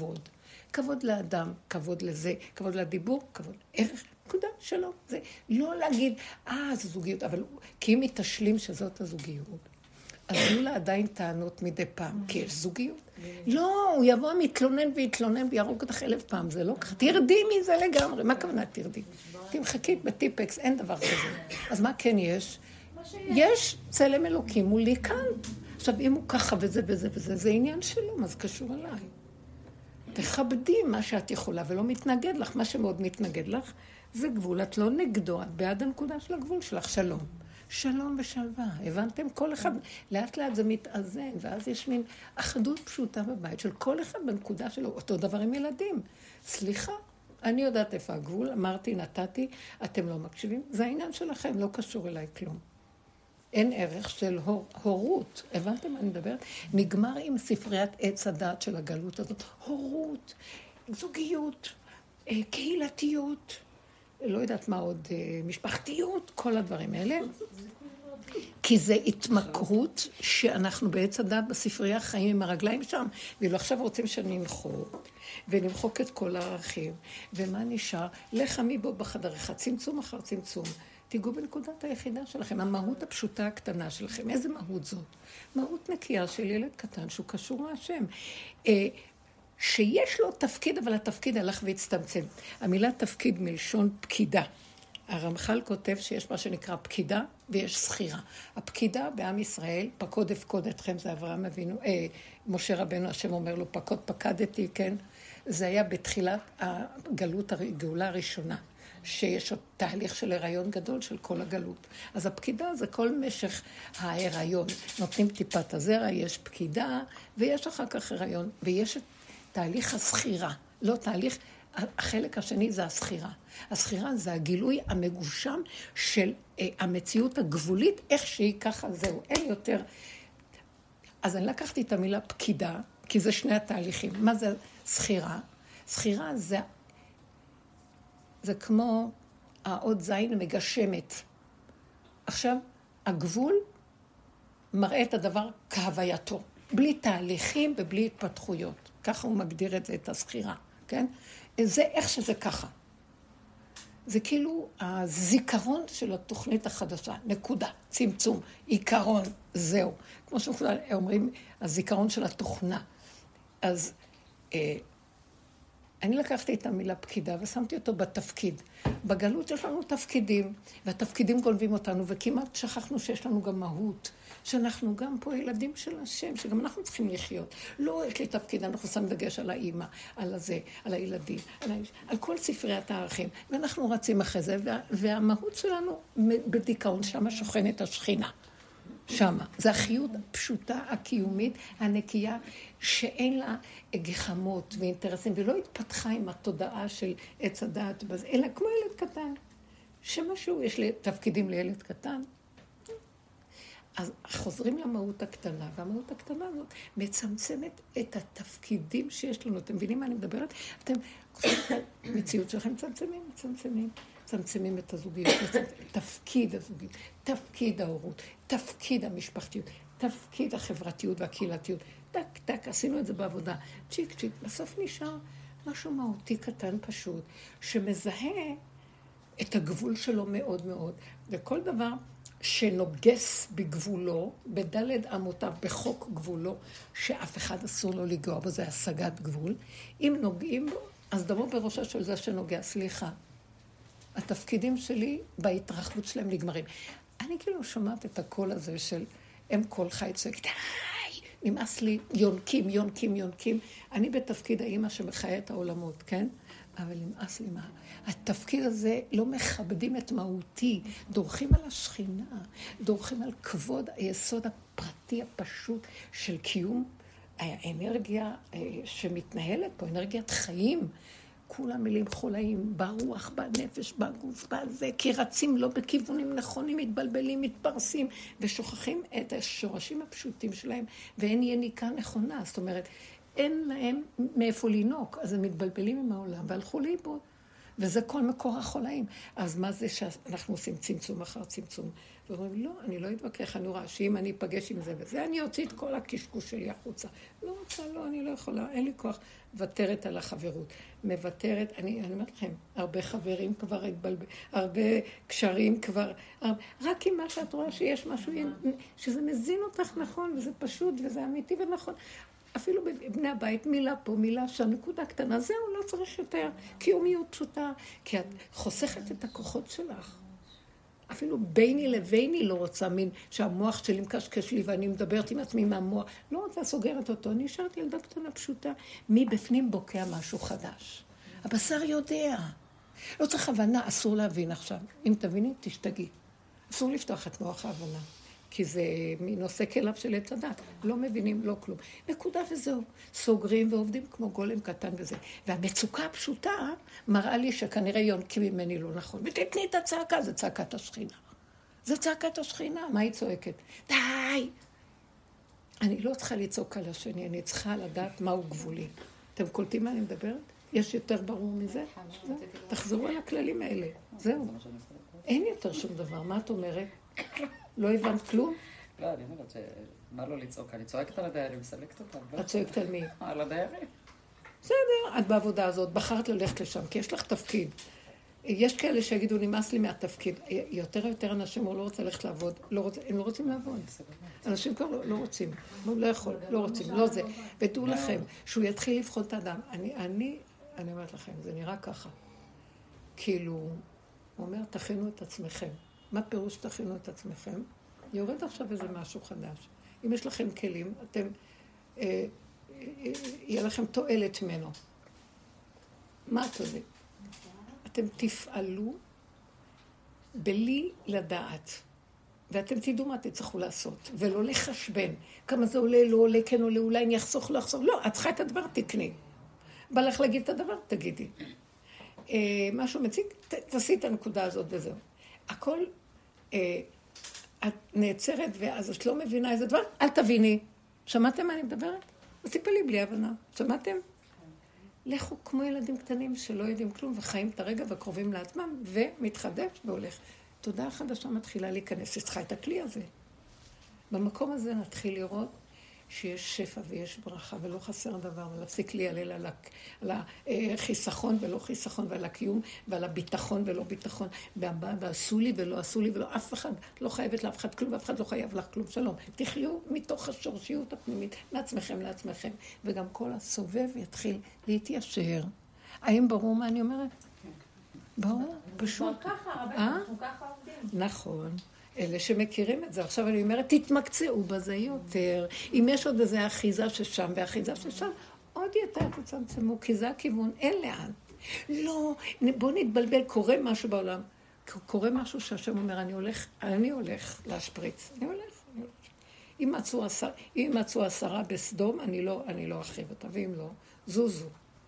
כבוד לאדם, כבוד לזה, כבוד לדיבור, כבוד ערך, נקודה, שלום. זה לא להגיד, זה זוגיות, אבל כי אם היא תשלים שזאת הזוגיות, אז יהיו לה עדיין טענות מדי פעם, כי יש זוגיות. לא, הוא יבוא מתלונן ויתלונן וירוג אותך 1000 פעם, זה לא ככה. תרדי מזה לגמרי. מה הכוונה תרדי? תמחקי בטיפקס, אין דבר כזה. אז מה כן יש? יש צלם אלוקים מולי כאן. עכשיו, אם הוא ככה וזה וזה וזה, זה עניין שלו, מה זה קשור אליי? תכבדי מה שאת יכולה ולא מתנגד לך. מה שמאוד מתנגד לך, זה גבול. את לא נגדו, את בעד הנקודה של הגבול שלך. שלום. שלום ושלווה. הבנתם? כל אחד, לאט לאט זה מתאזן, ואז יש מין אחדות פשוטה בבית של כל אחד בנקודה שלו. אותו דבר עם ילדים. סליחה, אני יודעת איפה הגבול, אמרתי, נתתי, אתם לא מקשיבים. זה העניין שלכם, לא קשור אליי כלום. אין ערך של הורות. הבנתם מה אני מדברת? נגמר עם ספריית עץ הדעת של הגלות הזאת. הורות, זוגיות, קהילתיות, לא יודעת מה עוד, משפחתיות, כל הדברים האלה. כי זה התמכרות שאנחנו בעץ הדעת בספרייה חיים עם הרגליים שם, ואילו עכשיו רוצים שנמחוק, ונמחוק את כל הערכים. ומה נשאר? לך מבוא בחדרך, צמצום אחר צמצום. תיגעו בנקודת היחידה שלכם, המהות הפשוטה הקטנה שלכם. איזה מהות זאת? מהות נקייה של ילד קטן שהוא קשור להשם. שיש לו תפקיד, אבל התפקיד הלך והצטמצם. המילה תפקיד מלשון פקידה. הרמח"ל כותב שיש מה שנקרא פקידה ויש שכירה. הפקידה בעם ישראל, פקוד אפקוד אתכם, זה אברהם אבינו, משה רבנו, השם אומר לו, פקוד פקדתי, כן? זה היה בתחילת הגאולה הראשונה, שיש עוד תהליך של הריון גדול של כל הגלות. אז הפקידה זה כל משך ההיריון. נותנים טיפת הזרע, יש פקידה, ויש אחר כך הריון, ויש את תהליך הסכירה. לא תהליך, החלק השני זה הסכירה. הסכירה זה הגילוי המגושם של המציאות הגבולית, איך שהיא ככה, זהו, אין יותר. אז אני לקחתי את המילה פקידה, כי זה שני התהליכים. מה זה סכירה? סכירה זה כמו העוד זין מגשמת. עכשיו, הגבול מראה את הדבר כהווייתו, בלי תהליכים ובלי התפתחויות. ככה הוא מגדיר את זה, את הסכירה, כן? זה איך שזה ככה. זה כאילו הזיכרון של התוכנית החדשה, נקודה, צמצום, עיקרון, זהו. כמו שאומרים, הזיכרון של התוכנה. אז אני לקחתי את המילה פקידה ושמתי אותו בתפקיד. בגלות יש לנו תפקידים, והתפקידים גונבים אותנו, וכמעט שכחנו שיש לנו גם מהות, שאנחנו גם פה ילדים של השם, שגם אנחנו צריכים לחיות. לא, יש לי תפקיד, אנחנו שמים דגש על האמא, על הזה, על הילדים, על כל ספריית הערכים, ואנחנו רצים אחרי זה, והמהות שלנו בדיכאון, שמה שוכנת השכינה. שמה. זה החיות הפשוטה, הקיומית, הנקייה, שאין לה גחמות ואינטרסים, ולא התפתחה עם התודעה של עץ הדעת, אלא כמו ילד קטן. שמשהו, יש לי תפקידים לילד קטן. אז חוזרים למהות הקטנה, והמהות הקטנה הזאת מצמצמת את התפקידים שיש לנו. אתם מבינים מה אני מדברת? אתם חושבים את המציאות שלכם, מצמצמים את הזוגיות, תפקיד הזוגיות, תפקיד ההורות, תפקיד המשפחתיות, תפקיד החברתיות והקהילתיות. טק, טק, עשינו את זה בעבודה. צ'יק, צ'יק, בסוף נשאר משהו מהותי קטן פשוט, שמזהה את הגבול שלו מאוד מאוד. וכל דבר שנוגס בגבולו, בדלת אמותיו, בחוק גבולו, שאף אחד אסור לו לגוע בו, זה השגת גבול. אם נוגעים בו, אז דמו בראשה של זה שנוגע, סליחה. התפקידים שלי בהתרחבות שלהם נגמרים. אני כאילו שומעת את הקול הזה של אם קול חי צועק, די, נמאס לי, יונקים. אני בתפקיד האמא שמחיה את העולמות, כן? אבל נמאס לי מה. התפקיד הזה לא מכבדים את מהותי, דורכים על השכינה, דורכים על כבוד היסוד הפרטי הפשוט של קיום האנרגיה שמתנהלת פה, אנרגיית חיים. כולם מילים חולאים, ברוח, בנפש, בגוף, בזה, כי רצים לא בכיוונים נכונים, מתבלבלים, מתפרסים, ושוכחים את השורשים הפשוטים שלהם, ואין יניקה נכונה. זאת אומרת, אין להם מאיפה לינוק, אז הם מתבלבלים עם העולם, והלכו לאיבוד. וזה כל מקור החולאים. אז מה זה שאנחנו עושים צמצום אחר צמצום? ואומרים, לא, אני לא אתווכח, אני רואה שאם אני אפגש עם זה וזה, אני אוציא את כל הקשקוש שלי החוצה. לא רוצה, לא, אני לא יכולה, אין לי כוח. ותרת על החברות. מוותרת, אני אומרת לכם, הרבה חברים כבר התבלבל, הרבה קשרים כבר, רק עם מה שאת רואה שיש משהו, שזה מזין אותך נכון, וזה פשוט, וזה אמיתי ונכון. אפילו בבני הבית, מילה פה, מילה שם, נקודה קטנה, זהו, לא צריך יותר. קיומיות פשוטה, כי את חוסכת את הכוחות שלך. אפילו ביני לביני לא רוצה מין שהמוח שלי מקשקש לי ואני מדברת עם עצמי מהמוח. לא רוצה, סוגרת אותו. אני נשארת ילדה קטנה פשוטה. מבפנים בוקע משהו חדש. הבשר יודע. לא צריך הבנה, אסור להבין עכשיו. אם תביני, תשתגי. אסור לפתוח את מוח ההבנה. כי זה נושא כליו של עץ הדת. לא מבינים, לא כלום. נקודה וזהו. סוגרים ועובדים כמו גולם קטן וזה. והמצוקה הפשוטה מראה לי שכנראה יונקים ממני לא נכון. ותתני את הצעקה, זה צעקת השכינה. זה צעקת השכינה. מה היא צועקת? די! אני לא צריכה לצעוק על השני, אני צריכה לדעת מהו גבולי. אתם קולטים מה אני מדברת? יש יותר ברור מזה? תחזרו על הכללים האלה. זהו. אין יותר שום דבר. מה את אומרת? לא הבנת כלום? לא, אני אומרת מה לא לצעוק? אני צועקת על הדיירים, מסלקת אותם. את צועקת על מי? על הדיירים. בסדר, את בעבודה הזאת, בחרת ללכת לשם, כי יש לך תפקיד. יש כאלה שיגידו, נמאס לי מהתפקיד. יותר אנשים לא רוצים ללכת לעבוד, הם לא רוצים לעבוד. אנשים כבר לא רוצים, לא יכול, לא רוצים, לא זה. ודעו לכם, שהוא יתחיל לבחון את האדם. אני אומרת לכם, זה נראה ככה. כאילו, הוא אומר, תכינו את עצמכם. מה פירוש תכינו את עצמכם? יורד עכשיו איזה משהו חדש. אם יש לכם כלים, אתם, יהיה לכם תועלת ממנו. מה את יודעת? אתם תפעלו בלי לדעת. ואתם תדעו מה תצטרכו לעשות. ולא לחשבן. כמה זה עולה, לא עולה, כן עולה, אולי אני אחסוך, לא אחסוך. לא, את צריכה את הדבר, תקני. בא לך להגיד את הדבר, תגידי. משהו מציג, תעשי את הנקודה הזאת וזהו. הכל, את נעצרת ואז את לא מבינה איזה דבר, אל תביני. שמעתם מה אני מדברת? אז תיפלי בלי הבנה. שמעתם? לכו כמו ילדים קטנים שלא יודעים כלום וחיים את הרגע וקרובים לעצמם ומתחדש והולך. תודעה חדשה מתחילה להיכנס. יש לך את הכלי הזה. במקום הזה נתחיל לראות שיש שפע ויש ברכה ולא חסר דבר, ולהפסיק להיעלל על החיסכון ולא חיסכון, ועל הקיום ועל הביטחון ולא ביטחון, ועשו לי ולא עשו לי, ולא אף אחד לא חייבת לאף אחד כלום, ואף אחד לא חייב לך כלום. שלום. תחיו מתוך השורשיות הפנימית, מעצמכם לעצמכם, וגם כל הסובב יתחיל להתיישר. האם ברור מה אני אומרת? ברור, פשוט. אנחנו ככה עובדים. נכון. אלה שמכירים את זה. עכשיו אני אומרת, תתמקצעו בזה יותר. אם יש עוד איזו אחיזה ששם ואחיזה ששם, עוד יותר תצמצמו, כי זה הכיוון, אין לאן. לא, בוא נתבלבל, קורה משהו בעולם. קורה משהו שהשם אומר, אני הולך להשפריץ. אני הולך. אם מצאו 10 בסדום, אני לא אחיב אותה, ואם לא, זוזו.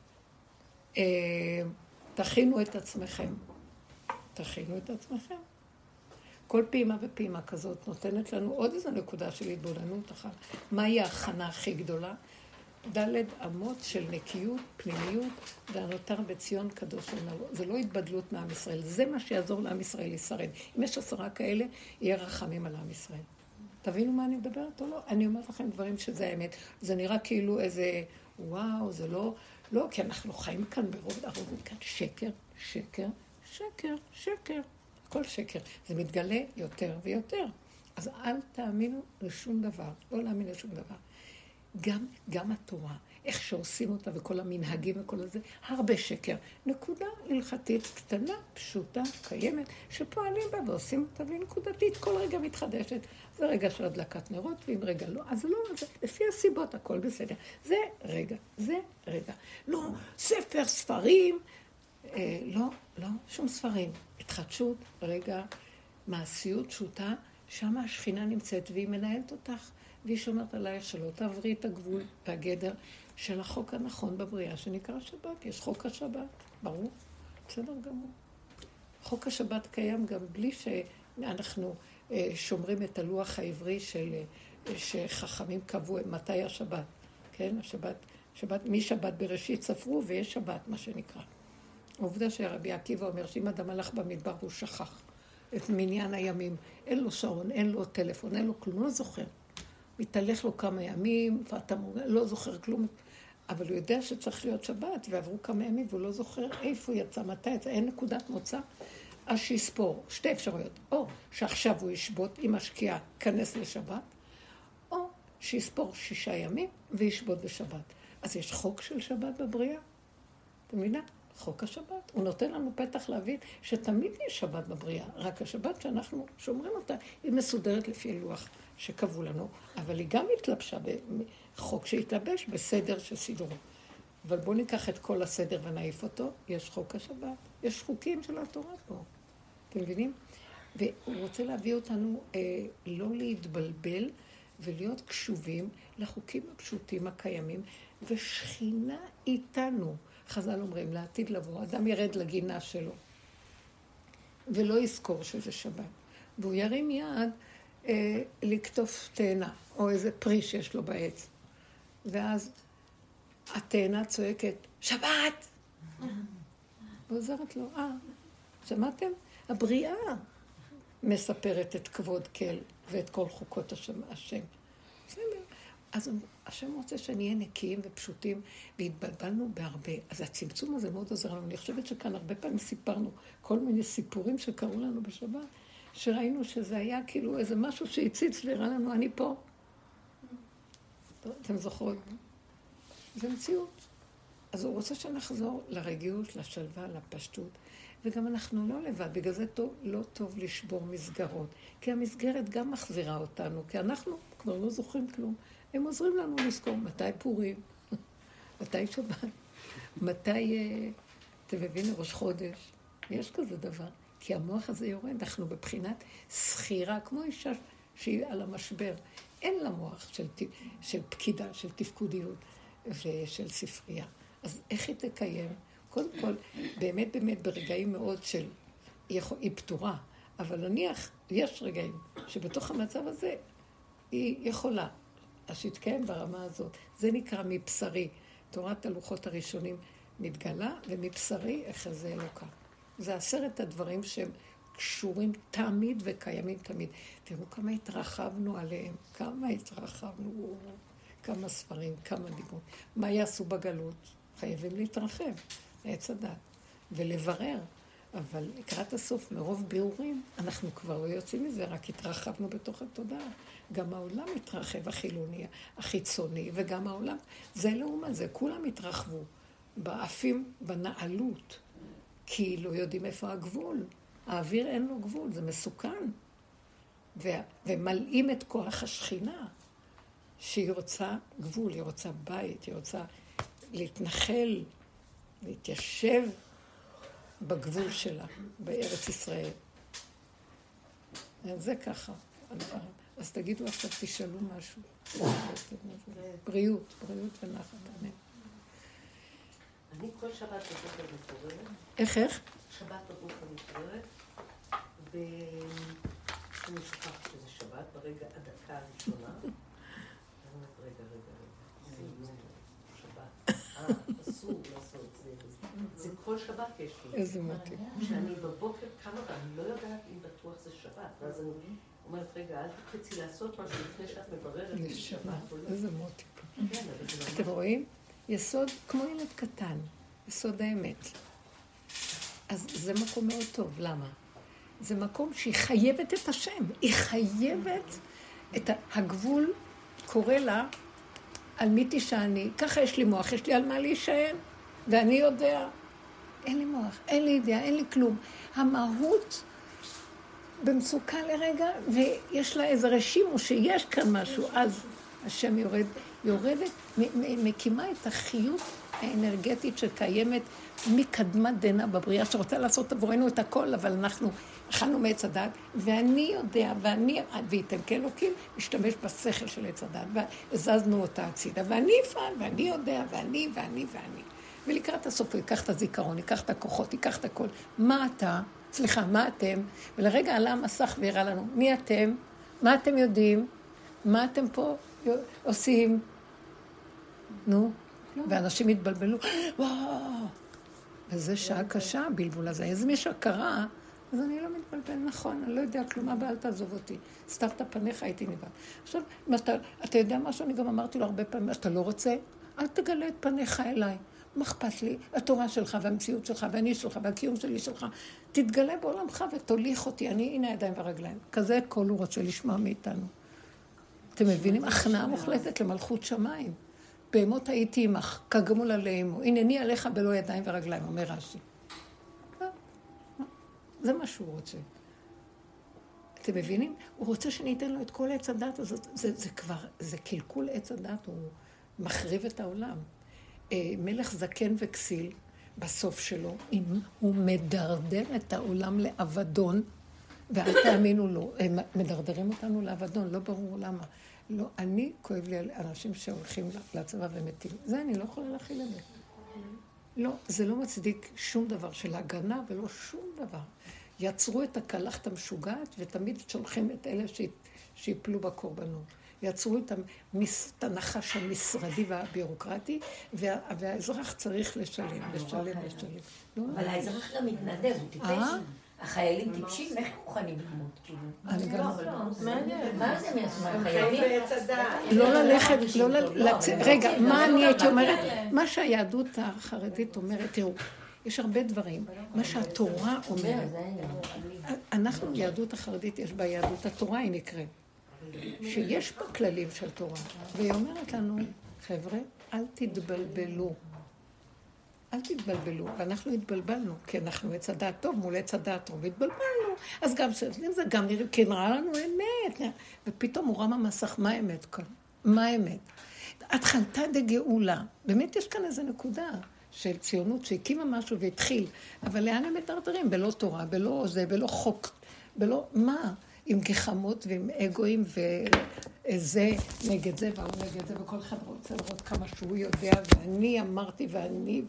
תכינו את עצמכם. תכינו את עצמכם. כל פעימה ופעימה כזאת נותנת לנו עוד איזו נקודה של התבוננות אחת. מהי ההכנה הכי גדולה? ד' אמות של נקיות, פנימיות, והנותר בציון קדוש ונאור. זה לא התבדלות מעם ישראל, זה מה שיעזור לעם ישראל להישרד. אם יש 10 כאלה, יהיה רחמים על עם ישראל. תבינו מה אני מדברת או לא? אני אומרת לכם דברים שזה האמת. זה נראה כאילו איזה, וואו, זה לא, כי אנחנו חיים כאן ברוב, הרוב כאן שקר, שקר, שקר, שקר. כל שקר. זה מתגלה יותר ויותר. אז אל תאמינו לשום דבר. לא להאמין לשום דבר. גם התורה, איך שעושים אותה וכל המנהגים וכל הזה, הרבה שקר. נקודה הלכתית קטנה, פשוטה, קיימת, שפועלים בה ועושים אותה, והיא נקודתית, כל רגע מתחדשת. זה רגע של הדלקת נרות, ואם רגע לא, אז לא, זה לפי הסיבות, הכל בסדר. זה רגע, זה רגע. לא, ספר, ספרים, לא, שום ספרים. התחדשות, רגע, מעשיות פשוטה, שם השכינה נמצאת והיא מנהלת אותך, והיא שומרת עלייך שלא תעברי את הגבול והגדר של החוק הנכון בבריאה שנקרא שבת. יש חוק השבת, ברור, בסדר גמור. חוק השבת קיים גם בלי שאנחנו שומרים את הלוח העברי שחכמים קבעו מתי השבת, כן? השבת, משבת בראשית ספרו ויש שבת, מה שנקרא. העובדה שרבי עקיבא אומר שאם אדם הלך במדבר והוא שכח את מניין הימים, אין לו שעון, אין לו טלפון, אין לו כלום, לא זוכר. מתהלך לו כמה ימים, ואתה לא זוכר כלום, אבל הוא יודע שצריך להיות שבת, ועברו כמה ימים והוא לא זוכר איפה יצא, מתי יצא, אין נקודת מוצא, אז שיספור. שתי אפשרויות, או שעכשיו הוא ישבות עם השקיעה, כנס לשבת, או שיספור 6 ימים וישבות בשבת. אז יש חוק של שבת בבריאה, אתה מבינה? חוק השבת. הוא נותן לנו פתח להבין שתמיד יש שבת בבריאה, רק השבת שאנחנו שומרים אותה, היא מסודרת לפי לוח שקבעו לנו, אבל היא גם התלבשה בחוק שהתלבש בסדר שסידרו. אבל בואו ניקח את כל הסדר ונעיף אותו, יש חוק השבת, יש חוקים של התורה פה, אתם מבינים? והוא רוצה להביא אותנו לא להתבלבל ולהיות קשובים לחוקים הפשוטים הקיימים, ושכינה איתנו. חז"ל אומרים, לעתיד לבוא, אדם ירד לגינה שלו, ולא יזכור שזה שבת. והוא ירים יד לקטוף תאנה, או איזה פרי שיש לו בעץ. ואז התאנה צועקת, שבת! ועוזרת לו, שמעתם? הבריאה מספרת את כבוד כל ואת כל חוקות השם. בסדר. אז השם רוצה שנהיה נקיים ופשוטים, והתבלבלנו בהרבה. אז הצמצום הזה מאוד עוזר לנו. אני חושבת שכאן הרבה פעמים סיפרנו כל מיני סיפורים שקרו לנו בשבת, שראינו שזה היה כאילו איזה משהו שהציץ והראה לנו, אני פה. אתם זוכרות? זה מציאות. אז הוא רוצה שנחזור לרגיעות, לשלווה, לפשטות, וגם אנחנו לא לבד, בגלל זה לא טוב לשבור מסגרות, כי המסגרת גם מחזירה אותנו, כי אנחנו כבר לא זוכרים כלום. הם עוזרים לנו לזכור מתי פורים, מתי שבת, מתי, אתם מבינים, ראש חודש. יש כזה דבר, כי המוח הזה יורד, אנחנו בבחינת סחירה, כמו אישה שהיא על המשבר. אין לה מוח של פקידה, של תפקודיות ושל ספרייה. אז איך היא תקיים? קודם כל, באמת ברגעים מאוד של, היא פתורה, אבל נניח, יש רגעים שבתוך המצב הזה היא יכולה. אז שתקיים ברמה הזאת. זה נקרא מבשרי. תורת הלוחות הראשונים מתגלה, ומבשרי אחזה אלוקה. זה 10 הדברים שהם קשורים תמיד וקיימים תמיד. תראו כמה התרחבנו עליהם, כמה התרחבנו, כמה ספרים, כמה דיבור. מה יעשו בגלות? חייבים להתרחב, עץ הדת, ולברר. אבל לקראת הסוף, מרוב ביאורים, אנחנו כבר לא יוצאים מזה, רק התרחבנו בתוך התודעה. גם העולם התרחב, החילוני, החיצוני, וגם העולם, זה לעומת זה, כולם התרחבו, באפים, בנעלות, כי לא יודעים איפה הגבול. האוויר אין לו גבול, זה מסוכן. ומלאים את כוח השכינה, שהיא רוצה גבול, היא רוצה בית, היא רוצה להתנחל, להתיישב בגבול שלה, בארץ ישראל. זה ככה. אז תגידו עכשיו, תשאלו משהו. בריאות ונחת. אני כל שבת בבוקר מתעוררת. איך? שבת בבוקר מתעוררת, ואני שוכחת שזה שבת, ברגע הדקה הראשונה. אני אומרת, רגע, זה יום שבת. אסור לעשות זה. זה כל שבת יש לי. איזה מוטיב. כשאני בבוקר קמה ואני לא יודעת אם בטוח זה שבת, ואז אני אומרת, רגע, אל תקפצי לעשות משהו לפני שאת מבררת אם זה שבת או לא. איזה מוטיב. אתם רואים? יסוד כמו ילד קטן, יסוד האמת. אז זה מקום מאוד טוב, למה? זה מקום שהיא חייבת את השם, היא חייבת את הגבול, קורא לה, על מי תשעני, ככה יש לי מוח, יש לי על מה להישען, ואני יודע, אין לי מוח, אין לי ידיעה, אין לי כלום. המהות במצוקה לרגע, ויש לה איזה רשימו שיש כאן משהו, אז השם יורדת, מקימה את החיות האנרגטית שקיימת מקדמת דנא בבריאה, שרוצה לעשות עבורנו את הכל, אבל אנחנו אכלנו מעץ הדת, ואני יודע, וייתם כאלוקים, משתמש בשכל של עץ הדת, והזזנו אותה הצידה, ואני אפעל, ואני יודע, ואני. ולקראת הסוף הוא ייקח את הזיכרון, ייקח את הכוחות, ייקח את הכל. מה אתם? ולרגע עלה המסך והראה לנו, מי אתם? מה אתם יודעים? מה אתם פה עושים? נו, ואנשים התבלבלו, וואו, וזה שעה קשה, הבלבול הזה. אז אם יש הכרה, אז אני לא מתבלבל, נכון, אני לא יודע כלום, אבא, אל תעזוב אותי. סתרת פניך, הייתי נבד. עכשיו, אתה יודע משהו, אני גם אמרתי לו הרבה פעמים, שאתה לא רוצה, אל תגלה את פניך אליי. מה אכפת לי? התורה שלך והמציאות שלך והאני שלך והקיום שלי שלך. תתגלה בעולמך ותוליך אותי. הנה הידיים והרגליים. כזה קול הוא רוצה לשמוע מאיתנו. אתם מבינים? הכנעה מוחלטת למלכות שמיים. בהמות הייתי עמך, כגמול עליהם. הנני עליך בלא ידיים ורגליים, אומר רש"י. זה מה שהוא רוצה. אתם מבינים? הוא רוצה שניתן לו את כל עץ הדת הזאת. זה כבר, זה קלקול עץ הדת, הוא מחריב את העולם. מלך זקן וכסיל, בסוף שלו, אם הוא מדרדר את העולם לאבדון, ואל תאמינו לו, הם מדרדרים אותנו לאבדון, לא ברור למה. לא, אני כואב לי על אנשים שהולכים לצבא ומתים. זה אני לא יכולה להכיל את זה. לא, זה לא מצדיק שום דבר של הגנה ולא שום דבר. יצרו את הקלחת המשוגעת ותמיד שולחים את אלה שיפלו בקורבנות. יצרו את הנחש המשרדי והבירוקרטי, והאזרח צריך לשלם. אבל האזרח גם מתנדב, הוא טיפש. החיילים טיפשים, איך הם מוכנים למות? אני גם... מה זה מהזמן? חיילים? לא ללכת, לא לצאת... רגע, מה אני הייתי אומרת? מה שהיהדות החרדית אומרת, תראו, יש הרבה דברים. מה שהתורה אומרת, אנחנו, יהדות החרדית, יש בה יהדות התורה, היא נקראת. שיש בה כללים של תורה, והיא אומרת לנו, חבר'ה, אל תתבלבלו. אל תתבלבלו, ואנחנו התבלבלנו, כי אנחנו עץ הדעת טוב מול עץ הדעת טוב, והתבלבלנו. אז גם אם זה גם נראה, כי נראה לנו אמת, ופתאום הוא רם המסך, מה האמת כאן? מה האמת? התחלתה דגאולה. באמת יש כאן איזו נקודה של ציונות שהקימה משהו והתחיל, אבל לאן הם מתדרדרים? בלא תורה, בלא זה, בלא חוק, בלא מה? עם גחמות ועם אגואים וזה נגד זה והוא נגד זה, וכל אחד רוצה לראות כמה שהוא יודע, ואני אמרתי ואני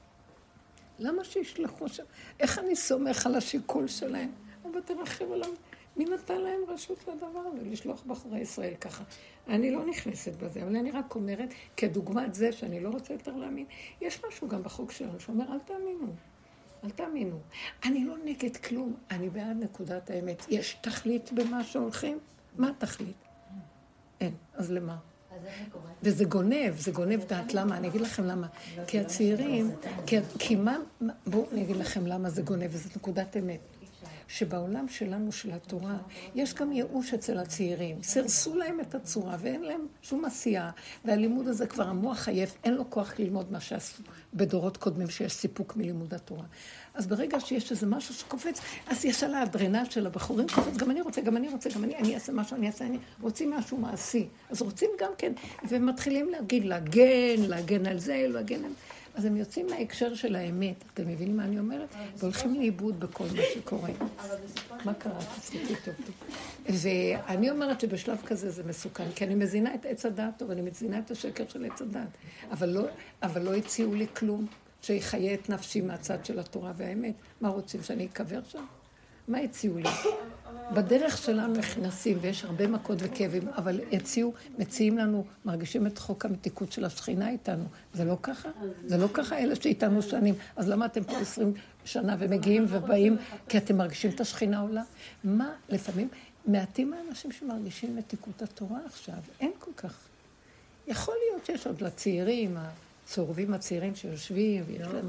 למה שישלחו שם? איך אני סומך על השיקול שלהם? אבל תרחם עליהם, מי נתן להם רשות לדבר הזה? לשלוח בחורי ישראל ככה. אני לא נכנסת בזה, אבל אני רק אומרת, כדוגמת זה שאני לא רוצה יותר להאמין, יש משהו גם בחוק שלנו שאומר, אל תאמינו. אל תאמינו. אני לא נגד כלום, אני בעד נקודת האמת. יש תכלית במה שהולכים? מה התכלית? אין, אז למה? וזה גונב, זה גונב דעת. למה? אני אגיד לכם למה. כי הצעירים, כי מה, בואו אני אגיד לכם למה זה גונב, וזאת נקודת אמת. שבעולם שלנו, של התורה, יש גם ייאוש אצל הצעירים. סרסו להם את הצורה, ואין להם שום עשייה. והלימוד הזה כבר המוח עייף, אין לו כוח ללמוד מה שעשו בדורות קודמים, שיש סיפוק מלימוד התורה. אז ברגע שיש איזה משהו שקופץ, אז יש על האדרנל של הבחורים קופץ, גם אני רוצה, אני אעשה משהו, אני רוצים משהו מעשי. אז רוצים גם כן, ומתחילים להגיד, להגן על זה, להגן על... אז הם יוצאים מההקשר של האמת. אתם מבינים מה אני אומרת? והולכים לאיבוד בכל מה שקורה. מה קרה? תסליחי טוב. ואני אומרת שבשלב כזה זה מסוכן, כי אני מזינה את עץ הדעת טוב, אני מזינה את השקר של עץ הדעת. אבל לא הציעו לי כלום שיחיה את נפשי מהצד של התורה והאמת. מה רוצים, שאני אקבר שם? מה הציעו לי? בדרך שלנו נכנסים, ויש הרבה מכות וכאבים, אבל מציעים לנו, מרגישים את חוק המתיקות של השכינה איתנו. זה לא ככה? זה לא ככה אלה שאיתנו שנים. אז למה אתם פה 20 שנה ומגיעים ובאים, כי אתם מרגישים את השכינה עולה? מה? לפעמים מעטים האנשים שמרגישים מתיקות התורה עכשיו. אין כל כך. יכול להיות שיש עוד לצעירים, הצורבים הצעירים שיושבים, ויש להם...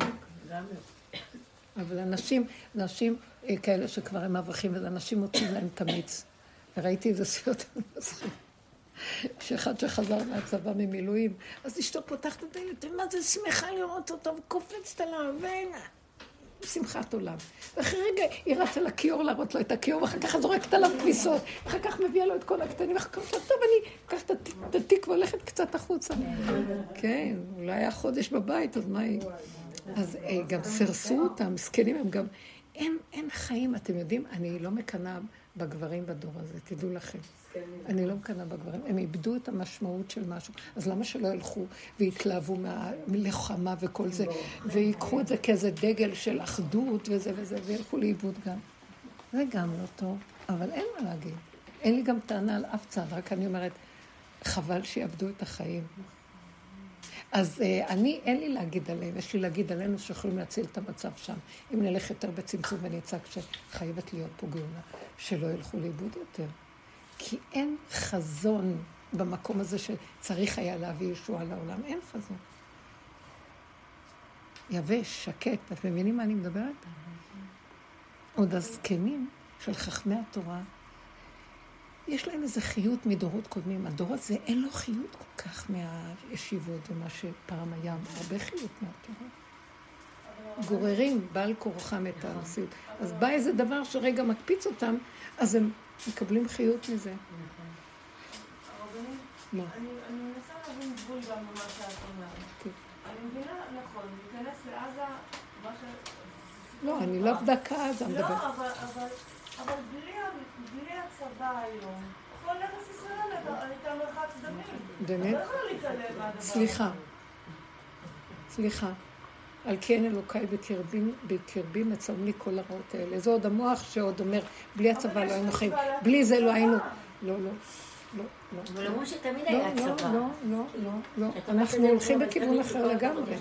אבל אנשים כאלה שכבר הם אברכים, ואנשים מוצאים להם תמיץ. וראיתי איזה סיוט מצחיק, שאחד שחזר מהצבא ממילואים, אז אשתו פותחת את הדלת, מה זה שמחה לראות אותו, וקופצת עליו, שמחת עולם. ואחרי רגע היא רצה לכיור להראות לו את הכיור, ואחר כך זורקת עליו כביסות, ואחר כך מביאה לו את כל הקטנים, ואחר כך טוב, אני אקח את התיק והולכת קצת החוצה. כן, אולי היה חודש בבית, אז מה היא... אז גם סרסו אותם, מסכנים הם גם... אין חיים, אתם יודעים, אני לא מקנה בגברים בדור הזה, תדעו לכם. אני לא מקנה בגברים, הם איבדו את המשמעות של משהו. אז למה שלא ילכו והתלהבו מהלחמה וכל זה, ויקחו את זה כאיזה דגל של אחדות וזה וזה, וילכו לאיבוד גם. זה גם לא טוב, אבל אין מה להגיד. אין לי גם טענה על אף צד, רק אני אומרת, חבל שיאבדו את החיים. אז אני, אין לי להגיד עליהם, יש לי להגיד עלינו שיכולים להציל את המצב שם. אם נלך יותר בצמצום ונצעק שחייבת להיות פה גאולה, שלא ילכו לאיבוד יותר. כי אין חזון במקום הזה שצריך היה להביא ישועה לעולם, אין חזון. יבש, שקט, את מבינים מה אני מדברת? עוד הזקנים של חכמי התורה, יש להם איזו חיות מדורות קודמים. הדור הזה אין לו חיות כל כך מהישיבות ומה שפעם היה, הרבה חיות מהתורה. גוררים בעל כורחם את הנשיאות. אז בא איזה דבר שרגע מקפיץ אותם, אז הם מקבלים חיות מזה. הרבנית, מה? אני מנסה להבין גבול גם במה שאת אומרת. אני מבינה, נכון, להיכנס לעזה, מה ש... לא, אני לאו דקה אז אני מדברת. לא, אבל בלי הצבא היום, כל ארץ ישראל הייתה מרחץ דמים. באמת? לא יכולה להתעלם מהדבר. סליחה. על כן אלוקיי בקרבי מצאו לי כל הרעות האלה. זה עוד המוח שעוד אומר, בלי הצבא לא היינו חיים. בלי זה לא היינו... לא. אבל אמרו שתמיד היה צבא. לא. אנחנו הולכים בכיוון אחר לגמרי.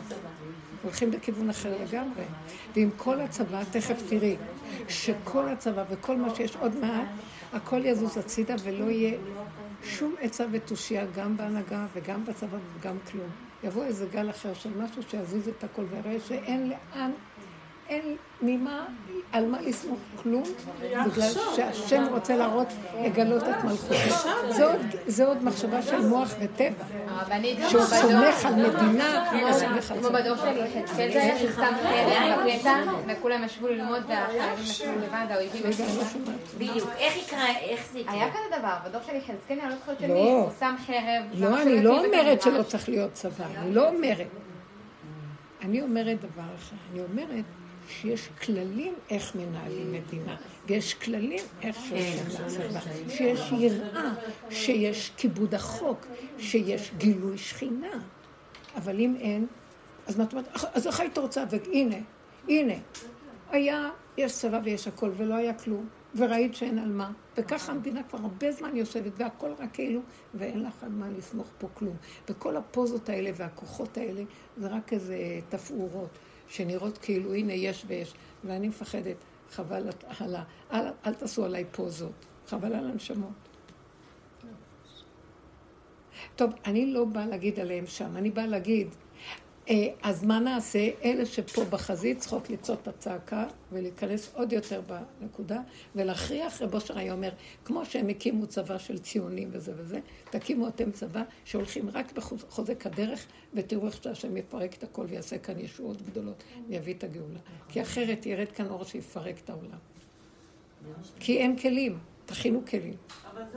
ועם כל הצבא, תכף תראי, שכל הצבא וכל מה שיש עוד מעט, הכל יזוז הצידה ולא יהיה שום עצה ותושייה גם בהנהגה וגם בצבא וגם כלום. יבוא איזה גל אחר של משהו שיזיז את הכל ויראה שאין לאן, אין ממה, על מה לסמוך כלום, בגלל שהשם רוצה להראות, לגלות את מלכותו. זה עוד מחשבה של מוח וטבע, שהוא סומך על מדינה, כמו בדור שלי, חצקל זה היה ששם חרב בפלטה, וכולם ישבו ללמוד והחיילים ישבו לבד, האויבים ישבו. בדיוק, איך זה יקרה? היה כזה דבר, בדור שלי חצקל, אני לא זוכרת של מי, הוא שם חרב. לא, אני לא אומרת שלא צריך להיות צבא, אני לא אומרת. אני אומרת דבר אחר, אני אומרת שיש כללים איך מנהלים מדינה, ויש כללים איך שולחים לצבא, שיש יראה, שיש כיבוד החוק, שיש גילוי שכינה. אבל אם אין, אז מה את אומרת? אז איך היית רוצה? והנה, יש צבא ויש הכל, ולא היה כלום, וראית שאין על מה. וככה המדינה כבר הרבה זמן יושבת, והכל רק כאילו, ואין לך על מה לסמוך פה כלום. וכל הפוזות האלה והכוחות האלה, זה רק איזה תפאורות. שנראות כאילו, הנה יש ויש, ואני מפחדת, חבל, אל תעשו עליי פוזות, חבל על הנשמות. טוב, אני לא באה להגיד עליהם שם, אני באה להגיד, אז מה נעשה? אלה שפה בחזית צריכות ליצור את הצעקה ולהיכנס עוד יותר בנקודה ולהכריח. רב אושר היה אומר, כמו שהם הקימו צבא של ציונים וזה וזה, תקימו אתם צבא שהולכים רק בחוזק הדרך ותראו איך שהשם יפרק את הכל ויעשה כאן ישועות גדולות ויביא את הגאולה. כי אחרת ירד כאן אור שיפרק את העולם. כי אין כלים, תכינו כלים. אבל זה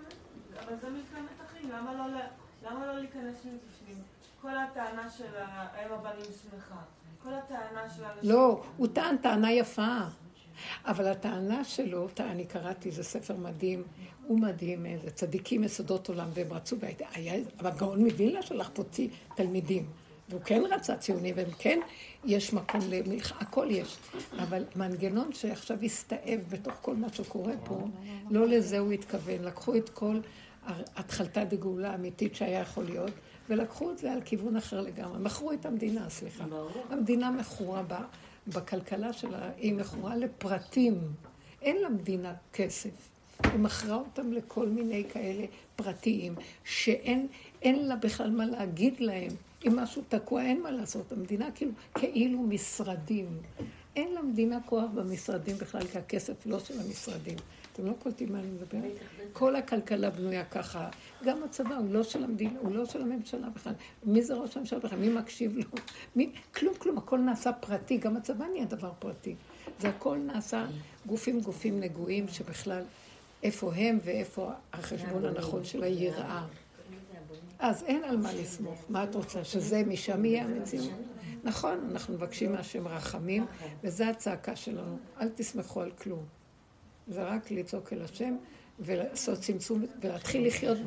מלחמת אחים, למה לא להיכנס מבפנים? כל הטענה של האם הבנים שמחה, כל הטענה של האנשים... לא, הוא טען טענה יפה, אבל הטענה שלו, אני קראתי, זה ספר מדהים, הוא מדהים, זה צדיקים יסודות עולם, והם רצו, אבל גאון מווילנה שלח פה תלמידים, והוא כן רצה ציוני, והם כן, יש מקום למלחמה, הכל יש, אבל מנגנון שעכשיו הסתאב בתוך כל מה שקורה פה, לא לזה הוא התכוון, לקחו את כל התחלתה דגאולה האמיתית שהיה יכול להיות, ולקחו את זה על כיוון אחר לגמרי. מכרו את המדינה, סליחה. המדינה מכורה בכלכלה שלה, היא מכורה לפרטים. אין למדינה כסף. היא מכרה אותם לכל מיני כאלה פרטיים, שאין לה בכלל מה להגיד להם. אם משהו תקוע, אין מה לעשות. המדינה כאילו משרדים. אין למדינה כוח במשרדים בכלל, כי הכסף לא של המשרדים. אתם לא קולטים מה אני מדברת? כל הכלכלה בנויה ככה. גם הצבא הוא לא של המדינה, הוא לא של הממשלה בכלל. מי זה ראש הממשלה בכלל? מי מקשיב לו? כלום, הכל נעשה פרטי. גם הצבא נהיה דבר פרטי. זה הכל נעשה גופים נגועים שבכלל איפה הם ואיפה החשבון הנכון של היראה. אז אין על מה לסמוך. מה את רוצה? שזה משם יהיה המציאות? נכון, אנחנו מבקשים מהשם רחמים, וזה הצעקה שלנו. אל תסמכו על כלום. זה רק לצעוק אל השם ולעשות צמצום ולהתחיל לחיות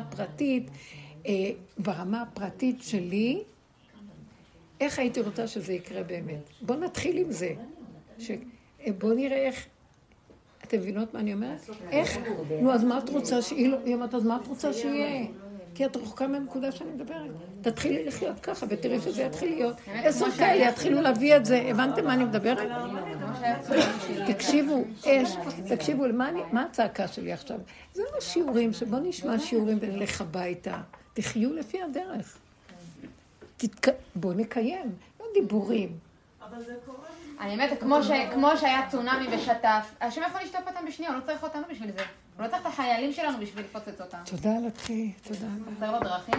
ברמה הפרטית שלי. איך הייתי רוצה שזה יקרה באמת? בוא נתחיל עם זה. בוא נראה איך... אתם מבינות מה אני אומרת? איך? נו, אז מה את רוצה שיהיה? אז מה את רוצה שיהיה? כי את רחוקה מהנקודה שאני מדברת. תתחילי לחיות ככה, ותראי שזה יתחיל להיות. 10 כאלה יתחילו להביא את זה. הבנתם מה אני מדברת? תקשיבו, תקשיבו, מה הצעקה שלי עכשיו? זה לא שיעורים, שבוא נשמע שיעורים ונלך הביתה. תחיו לפי הדרך. בוא נקיים, לא דיבורים. אבל זה קורה. אני אומרת, כמו שהיה צונאמי ושטף, השם יכול לשטוף אותם בשנייה, הוא לא צריך אותנו בשביל זה. הוא לא צריך את החיילים שלנו בשביל לפוצץ אותם. תודה לכי, תודה. חסר לו דרכים?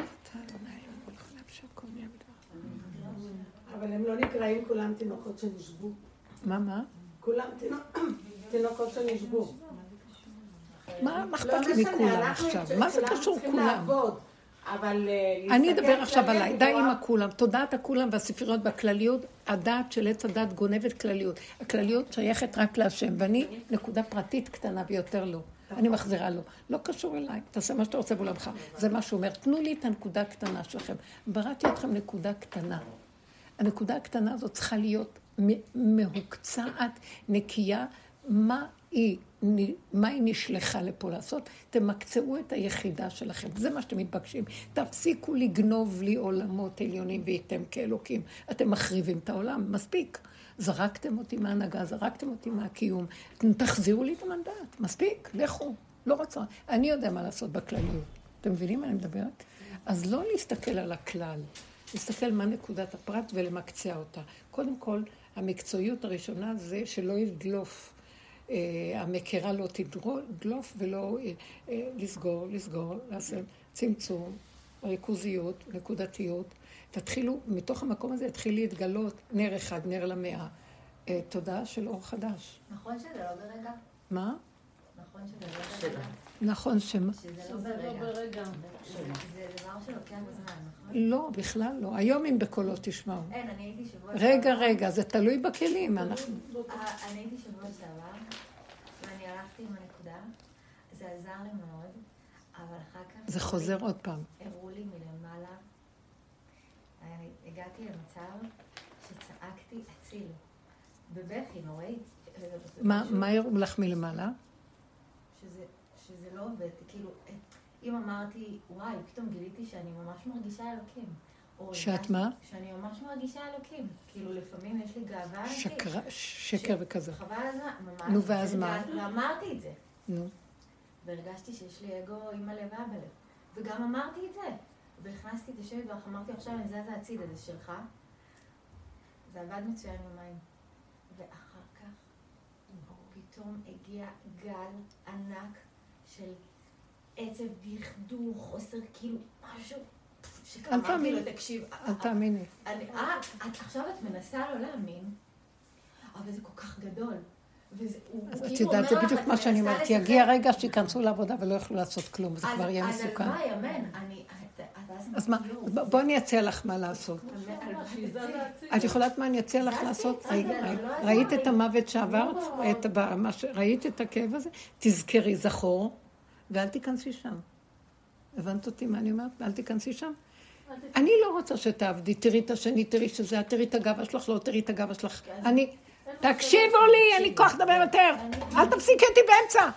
אבל הם לא נקראים כולם תינוקות שנשבו. מה? כולם תינוקות שנשבו. מה אכפת לי מכולם עכשיו? מה זה קשור כולם? אבל אני אדבר עכשיו עליי, די עם הכולם, תודעת הכולם והספריות בכלליות, הדעת של עץ הדת גונבת כלליות. הכלליות שייכת רק להשם, ואני נקודה פרטית קטנה ויותר לא. אני מחזירה לו. לא קשור אליי, תעשה מה שאתה רוצה בעולמך. זה מה שהוא אומר, תנו לי את הנקודה הקטנה שלכם. בראתי אתכם נקודה קטנה. הנקודה הקטנה הזאת צריכה להיות מהוקצעת, נקייה, מה היא נשלחה לפה לעשות? תמקצעו את היחידה שלכם. זה מה שאתם מתבקשים. תפסיקו לגנוב לי עולמות עליונים ואיתם כאלוקים. אתם מחריבים את העולם, מספיק. זרקתם אותי מההנהגה, זרקתם אותי מהקיום. תחזירו לי את המנדט, מספיק, לכו. לא רוצה. אני יודע מה לעשות בכלליות. אתם מבינים מה אני מדברת? אז לא להסתכל על הכלל. להסתכל מה נקודת הפרט ולמקצע אותה. קודם כל, המקצועיות הראשונה זה שלא ידלוף. המכירה לא תדלוף ולא לסגור, לעשות צמצום, ריכוזיות, נקודתיות. תתחילו, מתוך המקום הזה התחיל להתגלות נר אחד, נר למאה. תודעה של אור חדש. נכון שזה לא ברגע? מה? נכון שזה לא ברגע? נכון שמה? שזה לא ברגע. זה דבר שלוקח זמן, נכון? לא, בכלל לא. היום אם בקולות תשמעו. אין, אני הייתי שבוע... רגע, זה תלוי בכלים. אני הייתי שבוע שעבר, ואני הלכתי עם הנקודה. זה עזר לי מאוד, אבל אחר כך... זה חוזר עוד פעם. הראו לי מלמעלה. הגעתי למצב שצעקתי אציל. בבכי, נוראי. מה הראו לך מלמעלה? שזה לא עובד, כאילו, אם אמרתי, וואי, פתאום גיליתי שאני ממש מרגישה אלוקים. שאת מה? שאני ממש מרגישה אלוקים. כאילו, לפעמים יש לי גאווה... שקר וכזה. חבל על זה, ממש. נו, ואז מה? ואמרתי את זה. נו. והרגשתי שיש לי אגו עם הלב והבלב. וגם אמרתי את זה. והכנסתי את השבט ואמרתי, עכשיו אני זזה הצידה, זה שלך. זה עבד מצוין יומיים. ואחר כך, פתאום הגיע גל ענק של עצב, דכדוך, חוסר, כאילו, משהו שקראתי לו, תקשיב. אל תאמיני. עכשיו את מנסה לא להאמין, אבל זה כל כך גדול. אז את יודעת, זה בדיוק מה שאני אומרת. יגיע רגע שיכנסו לעבודה ולא יוכלו לעשות כלום, זה כבר יהיה מסוכן. אז הלוואי, אמן. אז מה, בואי אני אציע לך מה לעשות. את יכולה מה אני אציע לך לעשות? ראית את המוות שעברת? ראית את הכאב הזה? תזכרי, זכור, ואל תיכנסי שם. הבנת אותי מה אני אומרת? ואל תיכנסי שם. אני לא רוצה שתעבדי, תראי את השני, תראי שזה, תראי את הגאווה שלך, לא תראי את הגאווה שלך. תקשיבו לי, אין לי כוח לדבר יותר. אל תפסיקי אותי באמצע.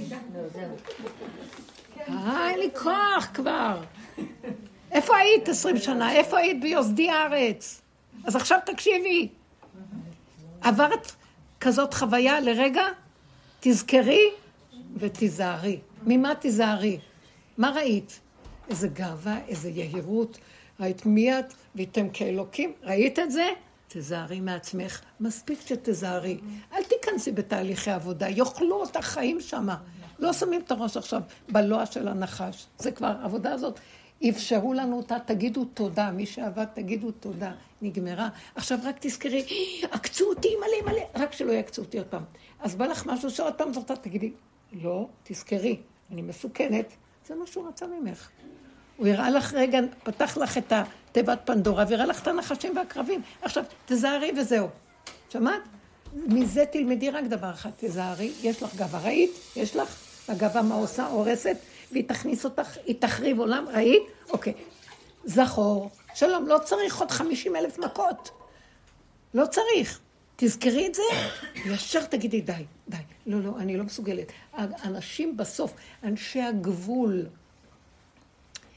אין לי כוח כבר. איפה היית 20 שנה? איפה היית ביוסדי הארץ? אז עכשיו תקשיבי. עברת כזאת חוויה לרגע, תזכרי ותיזהרי. ממה תיזהרי? מה ראית? איזה גאווה, איזה יהירות. ראית מי את ואתם כאלוקים? ראית את זה? תזהרי מעצמך. מספיק שתזהרי. אל תיכנסי בתהליכי עבודה. יאכלו אותך חיים שמה. לא שמים את הראש עכשיו בלוע של הנחש. זה כבר, העבודה הזאת. אפשרו לנו אותה, תגידו תודה. מי שעבד, תגידו תודה. נגמרה. עכשיו רק תזכרי, עקצו אותי מלא, רק שלא יעקצו אותי עוד פעם. אז בא לך משהו שעוד פעם זאת, תגידי, לא, תזכרי, אני מסוכנת. זה מה שהוא רצה ממך. הוא הראה לך רגע, פתח לך את תיבת פנדורה, והראה לך את הנחשים והקרבים. עכשיו, תזהרי וזהו. שמעת? מזה תלמדי רק דבר אחד, תזהרי. יש לך גאווה, ראית? יש לך? הגאווה מה עושה? הורסת, והיא תכניס אותך, היא תחריב עולם, ראית? אוקיי. זכור. שלום, לא צריך עוד 50,000 מכות. לא צריך. תזכרי את זה, ישר תגידי די. לא, אני לא מסוגלת. האנשים בסוף, אנשי הגבול,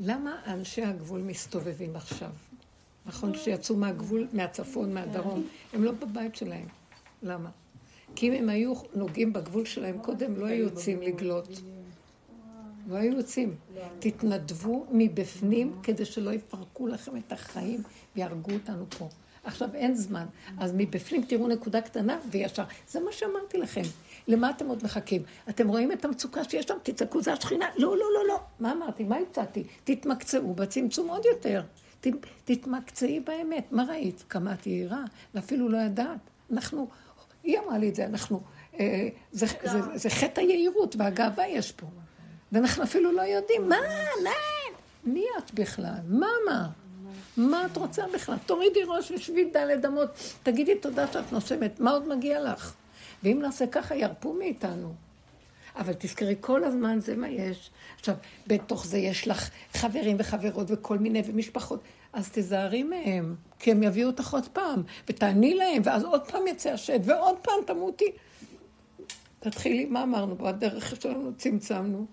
למה אנשי הגבול מסתובבים עכשיו? נכון שיצאו מהגבול, מהצפון, מהדרום, הם לא בבית שלהם. למה? כי אם הם היו נוגעים בגבול שלהם קודם, לא היו יוצאים לגלות. לא היו יוצאים. תתנדבו מבפנים כדי שלא יפרקו לכם את החיים ויהרגו אותנו פה. עכשיו אין זמן. אז מבפנים תראו נקודה קטנה וישר. זה מה שאמרתי לכם. למה אתם עוד מחכים? אתם רואים את המצוקה שיש שם? תצעקו, זה השכינה. לא, לא, לא, לא. מה אמרתי? מה הצעתי? תתמקצעו בצמצום עוד יותר. תתמקצעי באמת. מה ראית? כמה את יעירה? ואפילו לא ידעת. היא אמרה לי את זה, זה חטא היעירות והגאווה יש פה. ואנחנו אפילו לא יודעים, מי את בכלל? מה את רוצה בכלל? תורידי ראש ושבי דלת אמות, תגידי תודה שאת נושמת, מה עוד מגיע לך? ואם נעשה ככה, ירפו מאיתנו. אבל תזכרי, כל הזמן זה מה יש. עכשיו, בתוך זה יש לך חברים וחברות וכל מיני ומשפחות, אז תזהרי מהם, כי הם יביאו אותך עוד פעם, ותעני להם, ואז עוד פעם יצא השד, ועוד פעם תמותי. תתחילי, מה אמרנו? בדרך שלנו צמצמנו.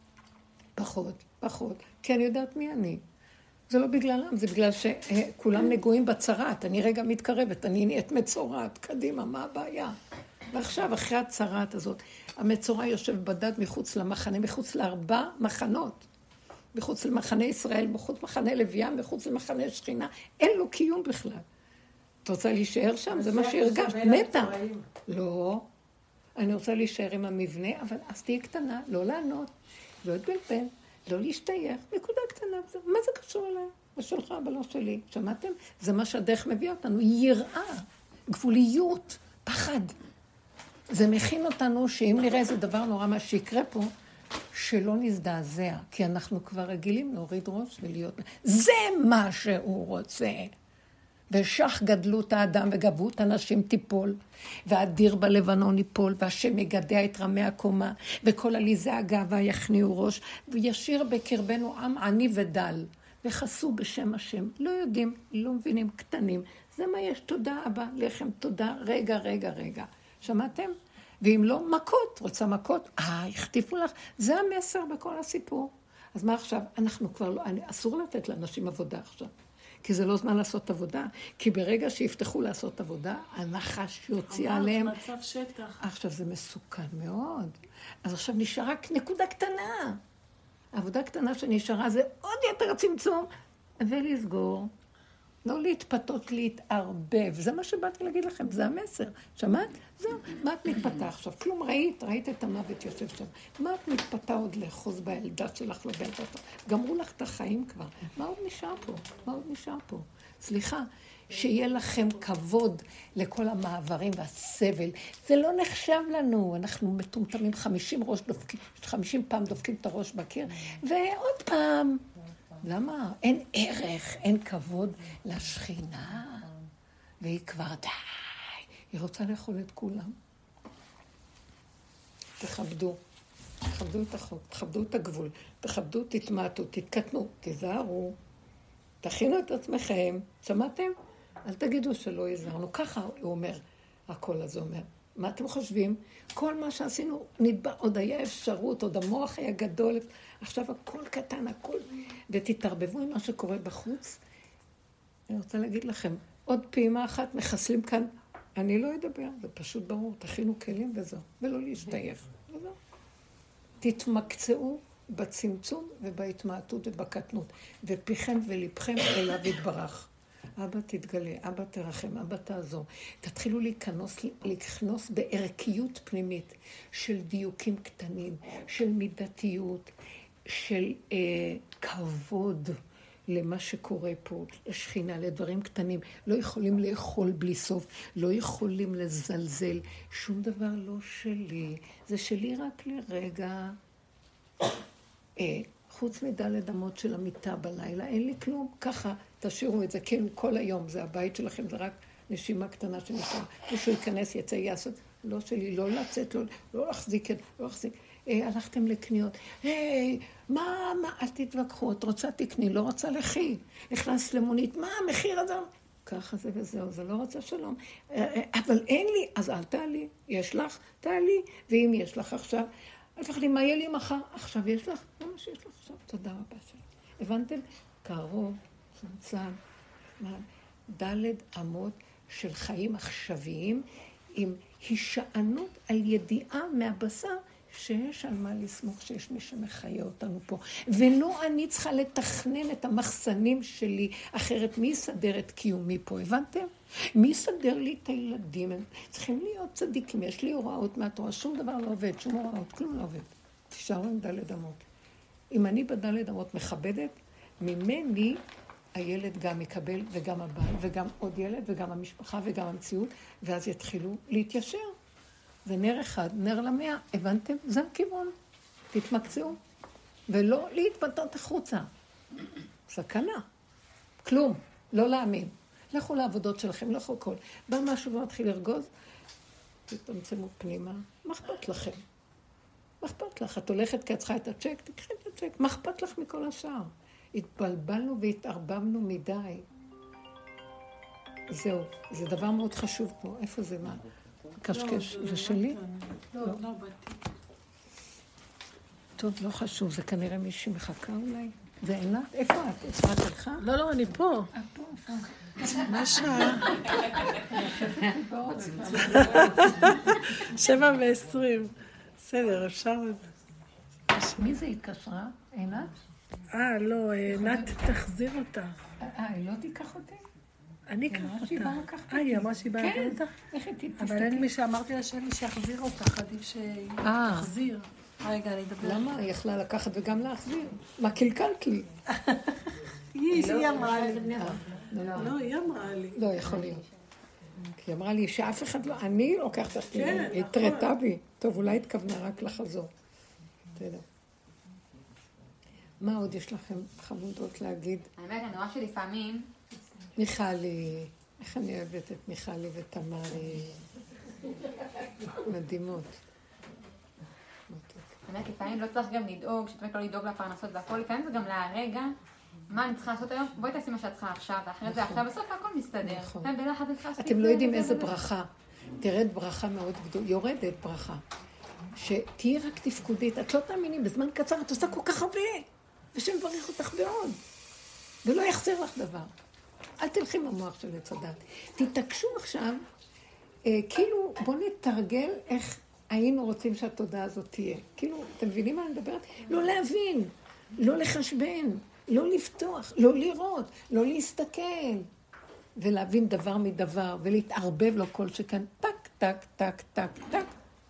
פחות. כי אני יודעת מי אני. זה לא בגללם, זה בגלל שכולם נגועים בצרת. אני רגע מתקרבת, אני נהיית מצורעת. קדימה, מה הבעיה? ועכשיו, אחרי הצרת הזאת, המצורע יושב בדד מחוץ למחנה, מחוץ לארבע מחנות. מחוץ למחנה ישראל, מחוץ למחנה לוויה, מחוץ למחנה שכינה. אין לו קיום בכלל. את רוצה להישאר שם? זה מה שהרגשת. מתה. לא. אני רוצה להישאר עם המבנה, אבל אז תהיה קטנה, לא לענות, לא להתבלבל, לא להשתייך, נקודה קטנה. מה זה קשור אליי? זה שלך, אבל לא שלי. שמעתם? זה מה שהדרך מביא אותנו. יראה, גבוליות, פחד. זה מכין אותנו שאם נראה איזה דבר נורא מה שיקרה פה, שלא נזדעזע, כי אנחנו כבר רגילים להוריד ראש ולהיות... זה מה שהוא רוצה. ושך גדלות האדם וגבות הנשים תיפול, והאדיר בלבנון ייפול, והשם יגדע את רמי הקומה, וכל עליזי הגאווה יכניעו ראש, וישיר בקרבנו עם עני ודל, וחסו בשם השם. לא יודעים, לא מבינים, קטנים. זה מה יש, תודה אבא, לחם, תודה, רגע. שמעתם? ואם לא, מכות, רוצה מכות, החטיפו לך. זה המסר בכל הסיפור. אז מה עכשיו? אנחנו כבר לא, אסור לתת לאנשים עבודה עכשיו. כי זה לא זמן לעשות עבודה. כי ברגע שיפתחו לעשות עבודה, הנחש יוציא עליהם. מצב שטח. עכשיו זה מסוכן מאוד. אז עכשיו נשארה רק נקודה קטנה. העבודה קטנה שנשארה זה עוד יותר צמצום, ולסגור. לא להתפתות, להתערבב. זה מה שבאתי להגיד לכם, זה המסר. שמעת? זהו. מה את מתפתה עכשיו? כלום ראית את המוות יושב שם. מה את מתפתה עוד לאחוז בילדה שלך, לא בילדה שלך? גמרו לך את החיים כבר. מה עוד נשאר פה? סליחה, שיהיה לכם כבוד לכל המעברים והסבל. זה לא נחשב לנו. אנחנו מטומטמים 50 פעם דופקים את הראש בקיר, ועוד פעם. למה? אין ערך, אין כבוד לשכינה. והיא כבר די. היא רוצה לאכול את כולם. תכבדו את החוק, תכבדו את הגבול, תכבדו, תתמעטו, תתקטנו, תזהרו, תכינו את עצמכם. שמעתם? אל תגידו שלא יזהרנו. ככה הוא אומר, הקול הזה אומר. מה אתם חושבים? כל מה שעשינו נדבע, עוד היה אפשרות, עוד המוח היה גדול, עכשיו הכל קטן, הכל, ותתערבבו עם מה שקורה בחוץ. אני רוצה להגיד לכם, עוד פעימה אחת מחסלים כאן, אני לא אדבר, זה פשוט ברור, תכינו כלים וזהו, ולא להשתייך. וזהו. תתמקצעו בצמצום ובהתמעטות ובקטנות, ופיכם ולבכם אליו יתברך. אבא תתגלה, אבא תרחם, אבא תעזור. תתחילו להיכנוס בערכיות פנימית של דיוקים קטנים, של מידתיות, של כבוד למה שקורה פה, לשכינה, לדברים קטנים. לא יכולים לאכול בלי סוף, לא יכולים לזלזל. שום דבר לא שלי, זה שלי רק לרגע. חוץ מדלת אמות של המיטה בלילה, אין לי כלום. ככה, תשאירו את זה, כאילו כל היום, זה הבית שלכם, זה רק נשימה קטנה שנשאר. מישהו ייכנס, יצא, יעשות, לא שלי, לא לצאת, לא להחזיק, לא להחזיק. הלכתם לקניות, מה, אל תתווכחו, את רוצה תקני, לא רוצה לכי. נכנס למונית, מה המחיר הזה? ככה זה וזהו, זה לא רוצה שלום. אבל אין לי, אז אל תעלי, יש לך, תעלי, ואם יש לך עכשיו, אל תפחדי, מה יהיה לי מחר? עכשיו יש לך? זה מה שיש לך עכשיו, תודה רבה שלך. הבנתם? קרוב, צומצם, ד' אמות של חיים עכשוויים, עם הישענות על ידיעה מהבשר, שיש על מה לסמוך, שיש מי שמחיה אותנו פה. ולא אני צריכה לתכנן את המחסנים שלי, אחרת מי יסדר את קיומי פה, הבנתם? מי יסדר לי את הילדים? הם צריכים להיות צדיקים, יש לי הוראות מהתורה, שום דבר לא עובד, שום הוראות, כלום לא עובד. תשארו עם ד' אמות. אם אני בד' אמות מכבדת, ממני הילד גם יקבל, וגם הבעל, וגם עוד ילד, וגם המשפחה, וגם המציאות, ואז יתחילו להתיישר. זה נר אחד, נר למאה, הבנתם? זה הכיוון. תתמקצעו. ולא להתפתות החוצה. סכנה. כלום. לא להאמין. לכו לעבודות שלכם, לכו כל. בא משהו ומתחיל לרגוז, תתמצמו פנימה. מה אכפת לכם? מה אכפת לך? את הולכת כי את צריכה את הצ'ק, תקחי את הצ'ק. מה אכפת לך מכל השאר? התבלבלנו והתערבבנו מדי. זהו. זה דבר מאוד חשוב פה. איפה זה מה? קשקש, זה שלי? לא, לא בתיק. טוב, לא חשוב, זה כנראה מישהי מחכה אולי. זה עינת? איפה את? אפרת שלך? לא, אני פה. פה, איפה? מה שעה? 7:20. בסדר, אפשר... מי זה התקשרה? עינת? לא, עינת תחזיר אותה. היא לא תיקח אותי? אני אקח שהיא באה אותה. לקחת אותי. היא אמרה שהיא באה לקחת אותך? איך היא תתקח? אבל אין מי שאמרתי לה שאין מי שיחזיר אותך, עדיף שהיא תחזיר. רגע, אני אדבר. למה? היא יכלה לקחת וגם להחזיר. מה קלקלתי? היא אמרה לי. לא, היא אמרה לי. לא, יכול להיות. כי היא אמרה לי שאף אחד לא... אני לוקחת אותך. היא התרתה בי. טוב, אולי התכוונה רק לחזור. תדע. מה עוד יש לכם חמודות להגיד? האמת, אני רואה שלפעמים... מיכלי, איך אני אוהבת את מיכלי ותמרי, מדהימות. האמת, לפעמים לא צריך גם לדאוג, שתמיד לא לדאוג לפרנסות והכל, לפעמים זה גם להרגע, מה אני צריכה לעשות היום? בואי תעשי מה שאת צריכה עכשיו, ואחרי זה עכשיו, בסוף הכל מסתדר. אתם לא יודעים איזה ברכה, תרד ברכה מאוד גדולה, יורדת ברכה, שתהיי רק תפקודית, את לא תאמינים, בזמן קצר את עושה כל כך הרבה, ושם ברך אותך בעוד, ולא יחזיר לך דבר. אל תלכי במוח של עץ הדת. תתעקשו עכשיו, כאילו בואו נתרגל איך היינו רוצים שהתודעה הזאת תהיה. כאילו, אתם מבינים מה אני מדברת? לא להבין, לא לחשבן, לא לפתוח, לא לראות, לא להסתכל, ולהבין דבר מדבר, ולהתערבב לו כל שכאן, טק, טק, טק, טק, טק.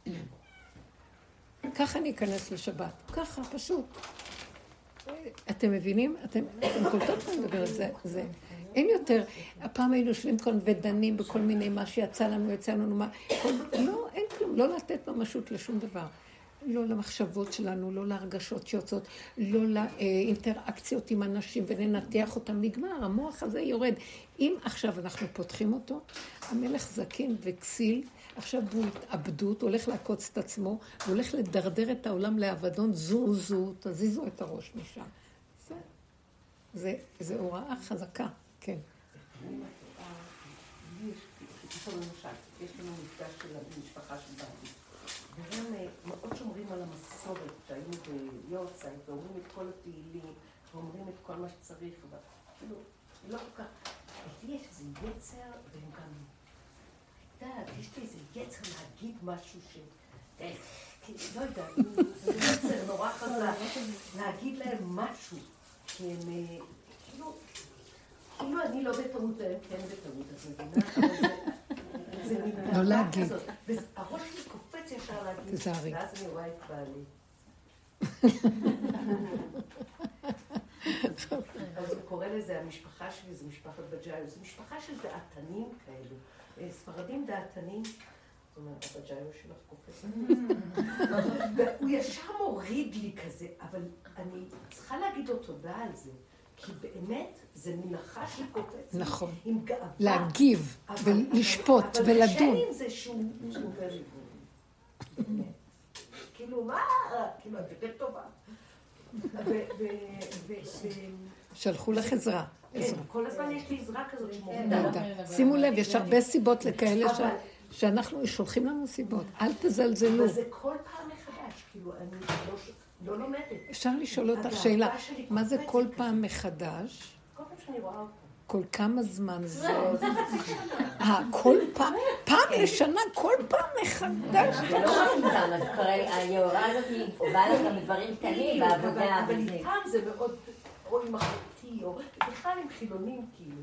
ככה אני אכנס לשבת, ככה, פשוט. אתם מבינים? אתם כל כך מדבר על זה. אין יותר, הפעם היינו יושבים כאן ודנים בכל מיני מה שיצא לנו מה, לא, אין כלום, לא לתת ממשות לשום דבר. לא למחשבות שלנו, לא להרגשות שיוצאות, לא לאינטראקציות עם אנשים וננתח אותם, נגמר, המוח הזה יורד. אם עכשיו אנחנו פותחים אותו, המלך זקן וכסיל, עכשיו הוא התאבדות, הולך לעקוץ את עצמו, הוא הולך לדרדר את העולם לאבדון, זו, תזיזו את הראש משם. זה הוראה חזקה, כן. יש לנו מפגש של המשפחה של בעלי, והם מאוד שומרים על המסורת, שהיינו ביורצייט, ואומרים את כל התהילים, ואומרים את כל מה שצריך, וכאילו, לא כל כך. לי יש איזה יצר, והם גם, יש לי איזה יצר להגיד משהו ש... לא יודע, זה יצר נורא חזק, להגיד להם משהו, שהם, כאילו אני לא בטעות, והם כן בטעות, אז מבינה, אבל זה לא להגיד. והראש שלי קופץ ישר להגיד, תזהרי. ואז אני רואה את בעלי. אז הוא קורא לזה, המשפחה שלי זה משפחת בג'איו, זה משפחה של דעתנים כאלו, ספרדים דעתנים, זאת אומרת, הבג'איו שלך קופץ. והוא ישר מוריד לי כזה, אבל אני צריכה להגיד לו תודה על זה, כי באמת זה מנחה שקופץ. נכון. עם גאווה. להגיב ולשפוט ולדון. אבל קשה עם זה שהוא אומר לי, כאילו מה? כאילו את יותר טובה. שלחו לך עזרה. כן, כל הזמן יש לי עזרה כזאת שמובילה. שימו לב, יש הרבה סיבות לכאלה שאנחנו שולחים לנו סיבות. אל תזלזלו. אבל זה כל פעם מחדש, כאילו אני לא לומדת. אפשר לשאול אותך שאלה, מה זה כל פעם מחדש? כל פעם שאני רואה אותה. כל כמה זמן זה? זה חצי שנה. כל פעם, פעם לשנה, כל פעם מחדש. זה לא מפתן, אז כבר היורה הזאת היא באה לך גם מדברים קטנים בעבודה. אבל איתם זה מאוד, או עם אחותי, או בכלל עם חילונים כאילו.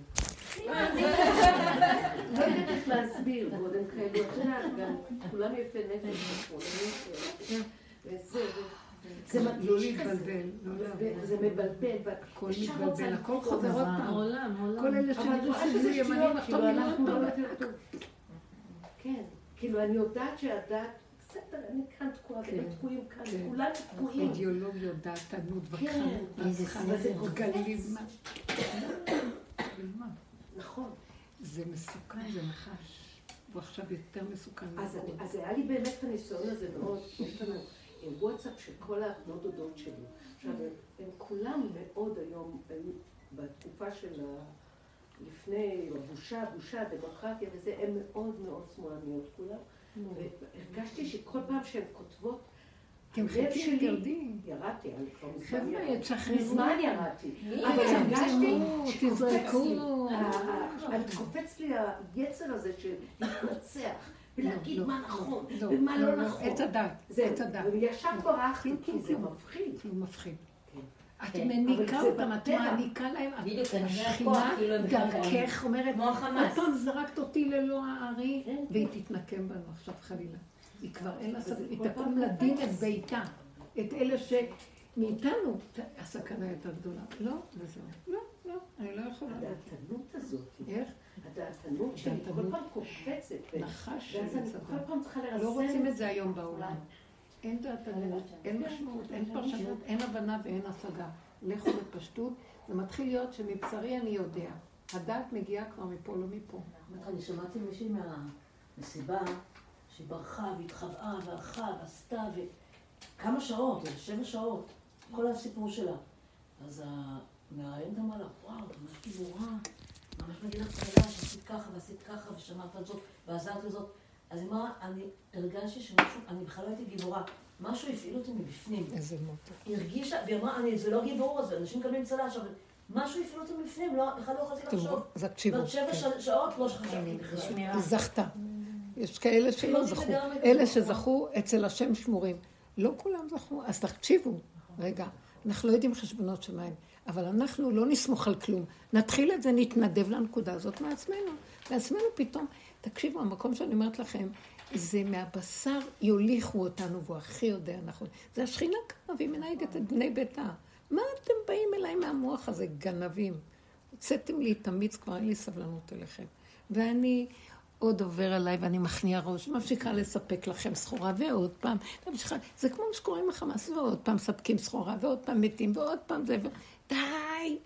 לא יודעת איך להסביר, ועוד הם כאלו, אתה יודע, גם כולם יפה נפש, זה מרגיש כזה, זה מבלבל, הכל מתבלבל, הכל חוזר עוד פעם. כל אלה שידעו שזה ימנים, עכשיו אנחנו לא יותר. כן, כאילו אני יודעת שהדת, בסדר, אני כאן תקועה, והם תקועים כאן, כולם תקועים. אידיאולוגיה, דעתנות, וכנות, גלים. נכון. זה מסוכן, זה נחש. הוא עכשיו יותר מסוכן. אז היה לי באמת את הניסיון הזה מאוד, יש לנו וואטסאפ של כל הבנות דודות שלי. עכשיו, הם כולם מאוד היום, בתקופה של לפני בושה, דמוקרטיה וזה, הם מאוד מאוד שמאלניות כולם. והרגשתי שכל פעם שהן כותבות, הלב שלי, ירדתי, אני כבר מזמן ירדתי. אבל הרגשתי תזרקו. קופץ לי היצר הזה של להתנצח. ולהגיד מה נכון, ומה לא נכון. את הדת, את הדת. וישר ברחתי, כי זה מפחיד. זה מפחיד. את מניקה אותם, את מעניקה להם. השכינה דרכך אומרת, עוד פעם זרקת אותי ללא הארי, והיא תתנקם בנו עכשיו חלילה. היא כבר אין לה סבבה, היא תקום לדין את ביתה. את אלה שמאיתנו, הסכנה יותר גדולה. לא, וזהו. לא, אני לא יכולה. הדעתנות הזאת. איך? הדעתנות שלי כל פעם קופצת. נחש ואז אני כל פעם צריכה לרסן. לא רוצים את זה היום בעולם. אין דעתנות, אין משמעות, אין פרשנות, אין הבנה ואין השגה. לכו בפשטות, זה מתחיל להיות שמבשרי אני יודע. הדעת מגיעה כבר מפה, לא מפה. אני שמעתי מישהי מהמסיבה שהיא ברחה והתחבאה והלכה ועשתה וכמה שעות, 7 שעות, כל הסיפור שלה. אז המראיינת אמרה לה, וואו, את ממש גיבורה, ממש מגיד לך תודה שעשית ככה ועשית ככה ושמעת על זאת ועזרת לזאת. אז היא אמרה, אני הרגשתי שמשהו, אני בכלל לא הייתי גיבורה, משהו הפעיל אותי מבפנים. איזה מוטו. היא הרגישה, והיא אמרה, זה לא גיבור הזה, אנשים מקבלים צל"ש, אבל משהו הפעיל אותי מבפנים, בכלל לא יכולתי לחשוב. אז תקשיבו. ועוד 7 שעות לא שחשבתי בכלל. היא זכתה. יש כאלה שלא זכו. אלה שזכו אצל השם שמורים. לא כולם זכו, אז תקשיבו. רגע, אנחנו לא יודעים חשבונות שמיים, אבל אנחנו לא נסמוך על כלום. נתחיל את זה, נתנדב לנקודה הזאת מעצמנו. לעצמנו פתאום, תקשיבו, המקום שאני אומרת לכם, זה מהבשר יוליכו אותנו, והוא הכי יודע, נכון. זה השכינה כאן, והיא מנהגת את בני ביתה. מה אתם באים אליי מהמוח הזה, גנבים? הוצאתם לי תמיץ, כבר אין לי סבלנות אליכם. ואני עוד עובר עליי, ואני מכניע ראש, ממשיכה לספק לכם סחורה, ועוד פעם, זה כמו שקורה עם החמאס, ועוד פעם ספקים סחורה, ועוד פעם מתים, ועוד פעם זה, די!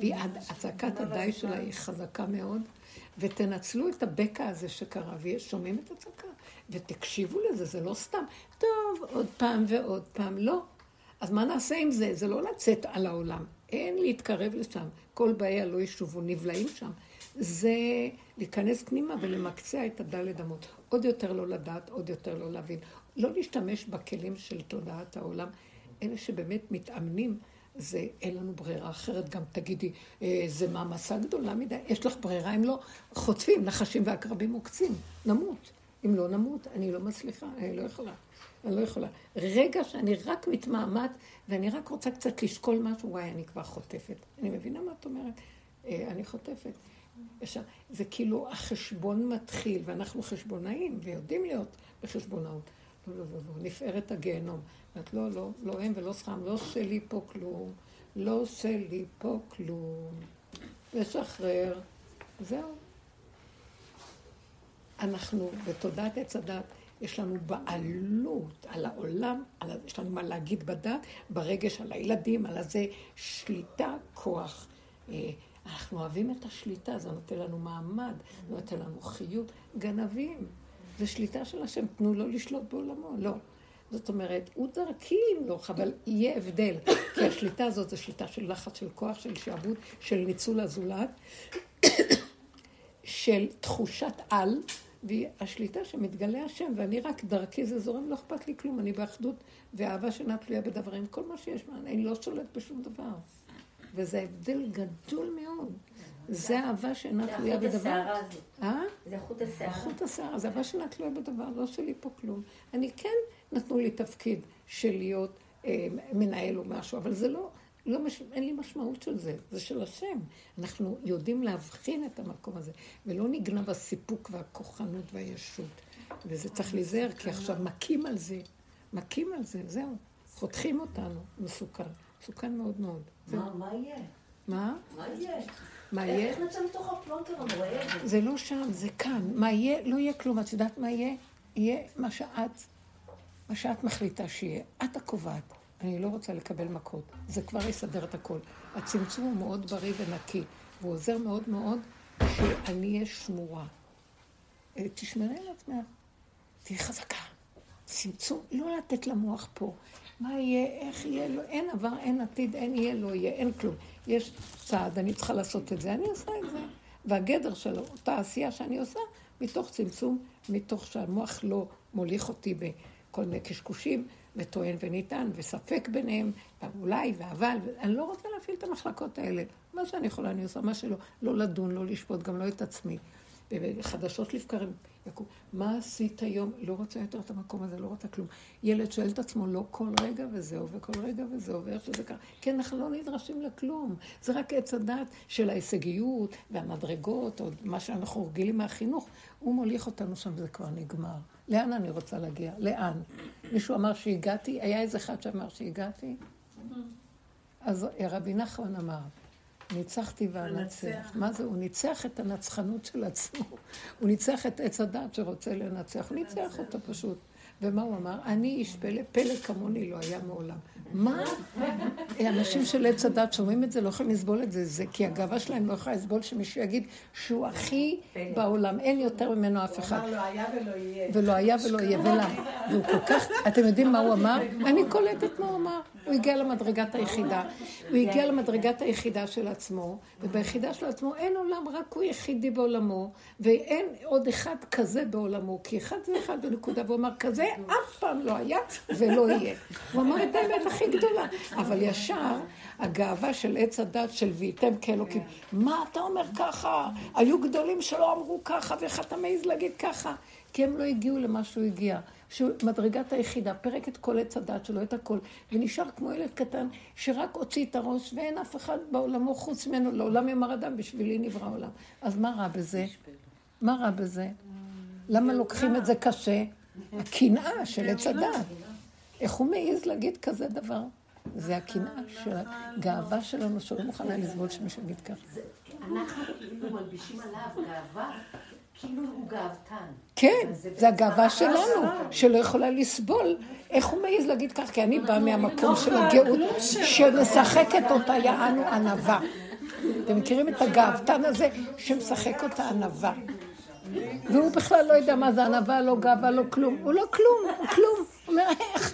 והצעקת הדי שלה היא חזקה מאוד, ותנצלו את הבקע הזה שקרה, ושומעים את הצעקה, ותקשיבו לזה, זה לא סתם, טוב, עוד פעם ועוד פעם, לא. אז מה נעשה עם זה? זה לא לצאת על העולם, אין להתקרב לשם, כל באי הלא ישובו, נבלעים שם. זה להיכנס פנימה ולמקצע את הדלת אמות. עוד יותר לא לדעת, עוד יותר לא להבין. לא להשתמש בכלים של תודעת העולם. אלה שבאמת מתאמנים, זה אין לנו ברירה אחרת. גם תגידי, זה מעמסה גדולה מדי. יש לך ברירה, אם לא חוטפים, נחשים ועקרבים מוקצים. נמות. אם לא נמות, אני לא מצליחה, אני לא יכולה. אני לא יכולה. רגע שאני רק מתמהמת, ואני רק רוצה קצת לשקול משהו, וואי, אני כבר חוטפת. אני מבינה מה את אומרת? אני חוטפת. זה כאילו החשבון מתחיל, ואנחנו חשבונאים, ויודעים להיות בחשבונאות. לא, נפארת הגיהנום. לא הם ולא סכם, לא עושה לי פה כלום, לא עושה לי פה כלום. לשחרר, זהו. אנחנו בתודעת עץ הדת, יש לנו בעלות על העולם, יש לנו מה להגיד בדת, ברגש על הילדים, על הזה, שליטה, כוח. אנחנו אוהבים את השליטה, זה נותן לנו מעמד, זה נותן לנו חיות, גנבים. זה שליטה של השם, תנו לו לשלוט בעולמו, לא. זאת אומרת, הוא דרכי ימלוך, אבל יהיה הבדל, כי השליטה הזאת זה שליטה של לחץ, של כוח, של שעבוד, של ניצול הזולת, של תחושת על, והשליטה שמתגלה השם, ואני רק דרכי זה זורם, לא אכפת לי כלום, אני באחדות, והאהבה שאינה תלויה בדברים, כל מה שיש, אני לא שולט בשום דבר. וזה הבדל גדול מאוד. זה אהבה שאינה תלויה בדבר. זה החוט השערה הזאת. זה החוט השערה. החוט השערה, זה אהבה שאינה תלויה בדבר, לא שלי פה כלום. אני כן נתנו לי תפקיד של להיות מנהל או משהו, אבל זה לא אין לי משמעות של זה, זה של השם. אנחנו יודעים להבחין את המקום הזה, ולא נגנב הסיפוק והכוחנות והישות. וזה צריך להיזהר, כי עכשיו מכים על זה, זהו. חותכים אותנו, מסוכן מאוד מאוד. מה יהיה? מה? מה יהיה? איך נצא מתוך הפלונטר הנוראי? זה לא שם, זה כאן. מה יהיה? לא יהיה כלום. את יודעת מה יהיה? יהיה מה שאת מחליטה שיהיה. את הקובעת. אני לא רוצה לקבל מכות. זה כבר יסדר את הכל. הצמצום הוא מאוד בריא ונקי, והוא עוזר מאוד מאוד שאני אהיה שמורה. תשמרי על עצמך. תהיה חזקה. צמצום, לא לתת למוח פה. מה יהיה, איך יהיה, לא, אין עבר, אין עתיד, אין יהיה, לא יהיה, אין כלום. יש צעד, אני צריכה לעשות את זה, אני עושה את זה. והגדר של אותה עשייה שאני עושה, מתוך צמצום, מתוך שהמוח לא מוליך אותי בכל מיני קשקושים, וטוען וניתן, וספק ביניהם, ואולי, ואבל, אני לא רוצה להפעיל את המחלקות האלה. מה שאני יכולה, אני עושה, מה שלא, לא לדון, לא לשפוט, גם לא את עצמי. וחדשות לבקרים, מה עשית היום? לא רוצה יותר את המקום הזה, לא רוצה כלום. ילד שואל את עצמו, לא כל רגע וזהו, וכל רגע וזהו, ואיך שזה קרה. כן, אנחנו לא נדרשים לכלום. זה רק עץ הדת של ההישגיות והמדרגות, או מה שאנחנו רגילים מהחינוך. הוא מוליך אותנו שם, וזה כבר נגמר. לאן אני רוצה להגיע? לאן? מישהו אמר שהגעתי? היה איזה אחד שאמר שהגעתי? אז רבי נחמן אמר, ניצחתי ואנצח. מה זה? הוא ניצח את הנצחנות של עצמו. הוא ניצח את עץ הדת שרוצה לנצח. הוא ניצח אותו פשוט. ומה הוא אמר? אני איש פלא כמוני לא היה מעולם. מה? אנשים של עץ הדת שומעים את זה, לא יכולים לסבול את זה. זה כי הגאווה שלהם לא יכולה לסבול שמישהו יגיד שהוא הכי בעולם. אין יותר ממנו אף אחד. הוא אמר לא היה ולא יהיה. ולא היה ולא יהיה. ולמה? והוא כל כך... אתם יודעים מה הוא אמר? אני קולטת מה הוא אמר. הוא הגיע למדרגת היחידה. הוא הגיע למדרגת היחידה של עצמו, וביחידה של עצמו אין עולם, רק הוא יחידי בעולמו, ואין עוד אחד כזה בעולמו, כי אחד זה אחד בנקודה, והוא אמר, כזה אף פעם לא היה ולא יהיה. הוא אמר את האמת הכי גדולה. אבל ישר, הגאווה של עץ הדת של ויתם כאלוקים, מה אתה אומר ככה? היו גדולים שלא אמרו ככה, ואיך אתה מעז להגיד ככה? כי הם לא הגיעו למה שהוא הגיע. שמדרגת היחידה, פרק את כל עץ הדת שלו, את הכל, ונשאר כמו ילד קטן, שרק הוציא את הראש, ואין אף אחד בעולמו חוץ ממנו, לעולם יאמר אדם, בשבילי נברא עולם. אז מה רע בזה? מה רע בזה? למה לוקחים את זה קשה? הקנאה של עץ הדת. איך הוא מעז להגיד כזה דבר? זה הקנאה של הגאווה שלנו, שלא מוכנה לסבול שמישהו יגיד ככה. אנחנו כאילו מלבישים עליו גאווה, כאילו הוא גאוותן. כן, זה הגאווה שלנו, שלא יכולה לסבול. איך הוא מעז להגיד כך? כי אני באה מהמקום של הגאות, שמשחקת אותה יענו ענווה. אתם מכירים את הגאוותן הזה שמשחק אותה ענווה. והוא בכלל לא יודע מה זה ענווה, לא גאווה, לא כלום. הוא לא כלום, הוא כלום. הוא אומר,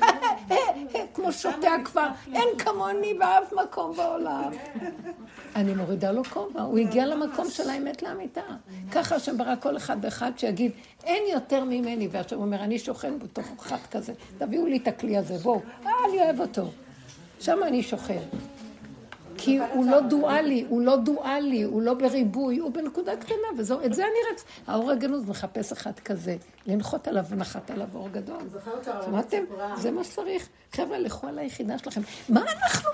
כמו שוטה כבר, אין כמוני באף מקום בעולם. אני מורידה לו כובע, הוא הגיע למקום של האמת לאמיתה. ככה שברא כל אחד ואחד שיגיד, אין יותר ממני, ועכשיו הוא אומר, אני שוכן בתוך אחד כזה, תביאו לי את הכלי הזה, בואו, אני אוהב אותו. שם אני שוכן. כי הוא לא דואלי, הוא לא בריבוי, הוא בנקודה קטנה, ואת זה אני רץ. האור הגנוז מחפש אחד כזה, לנחות עליו ונחת עליו אור גדול. שמעתם? זה מה שצריך. חבר'ה, לכו על היחידה שלכם. מה אנחנו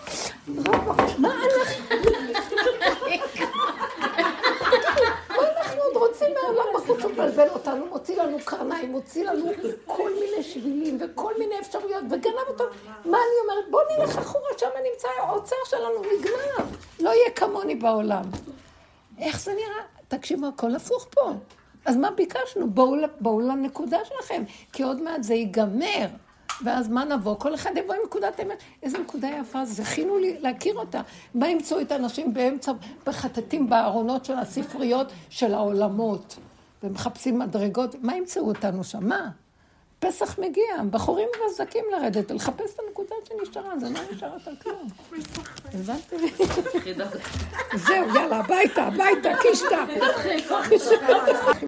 עוד רוצים מהעולם בחוץ לבלבל אותנו, מוציא לנו קרניים, מוציא לנו כל מיני שבילים וכל מיני אפשרויות, וגנב אותו. מה אני אומרת? בוא נלך אחורה, שם נמצא האוצר שלנו, נגנב. לא יהיה כמוני בעולם. איך זה נראה? תקשיבו, הכל הפוך פה. אז מה ביקשנו? בואו לנקודה שלכם, כי עוד מעט זה ייגמר. ואז מה נבוא? כל אחד יבוא עם נקודת אמת. איזו נקודה יפה, זכינו להכיר אותה. מה ימצאו את האנשים באמצע, בחטטים בארונות של הספריות של העולמות, ומחפשים מדרגות? מה ימצאו אותנו שם? מה? פסח מגיע, בחורים מבזקים לרדת, לחפש את הנקודה שנשארה, זה לא נשארת על כלום. הבנתי? זהו, יאללה, הביתה, קישתה.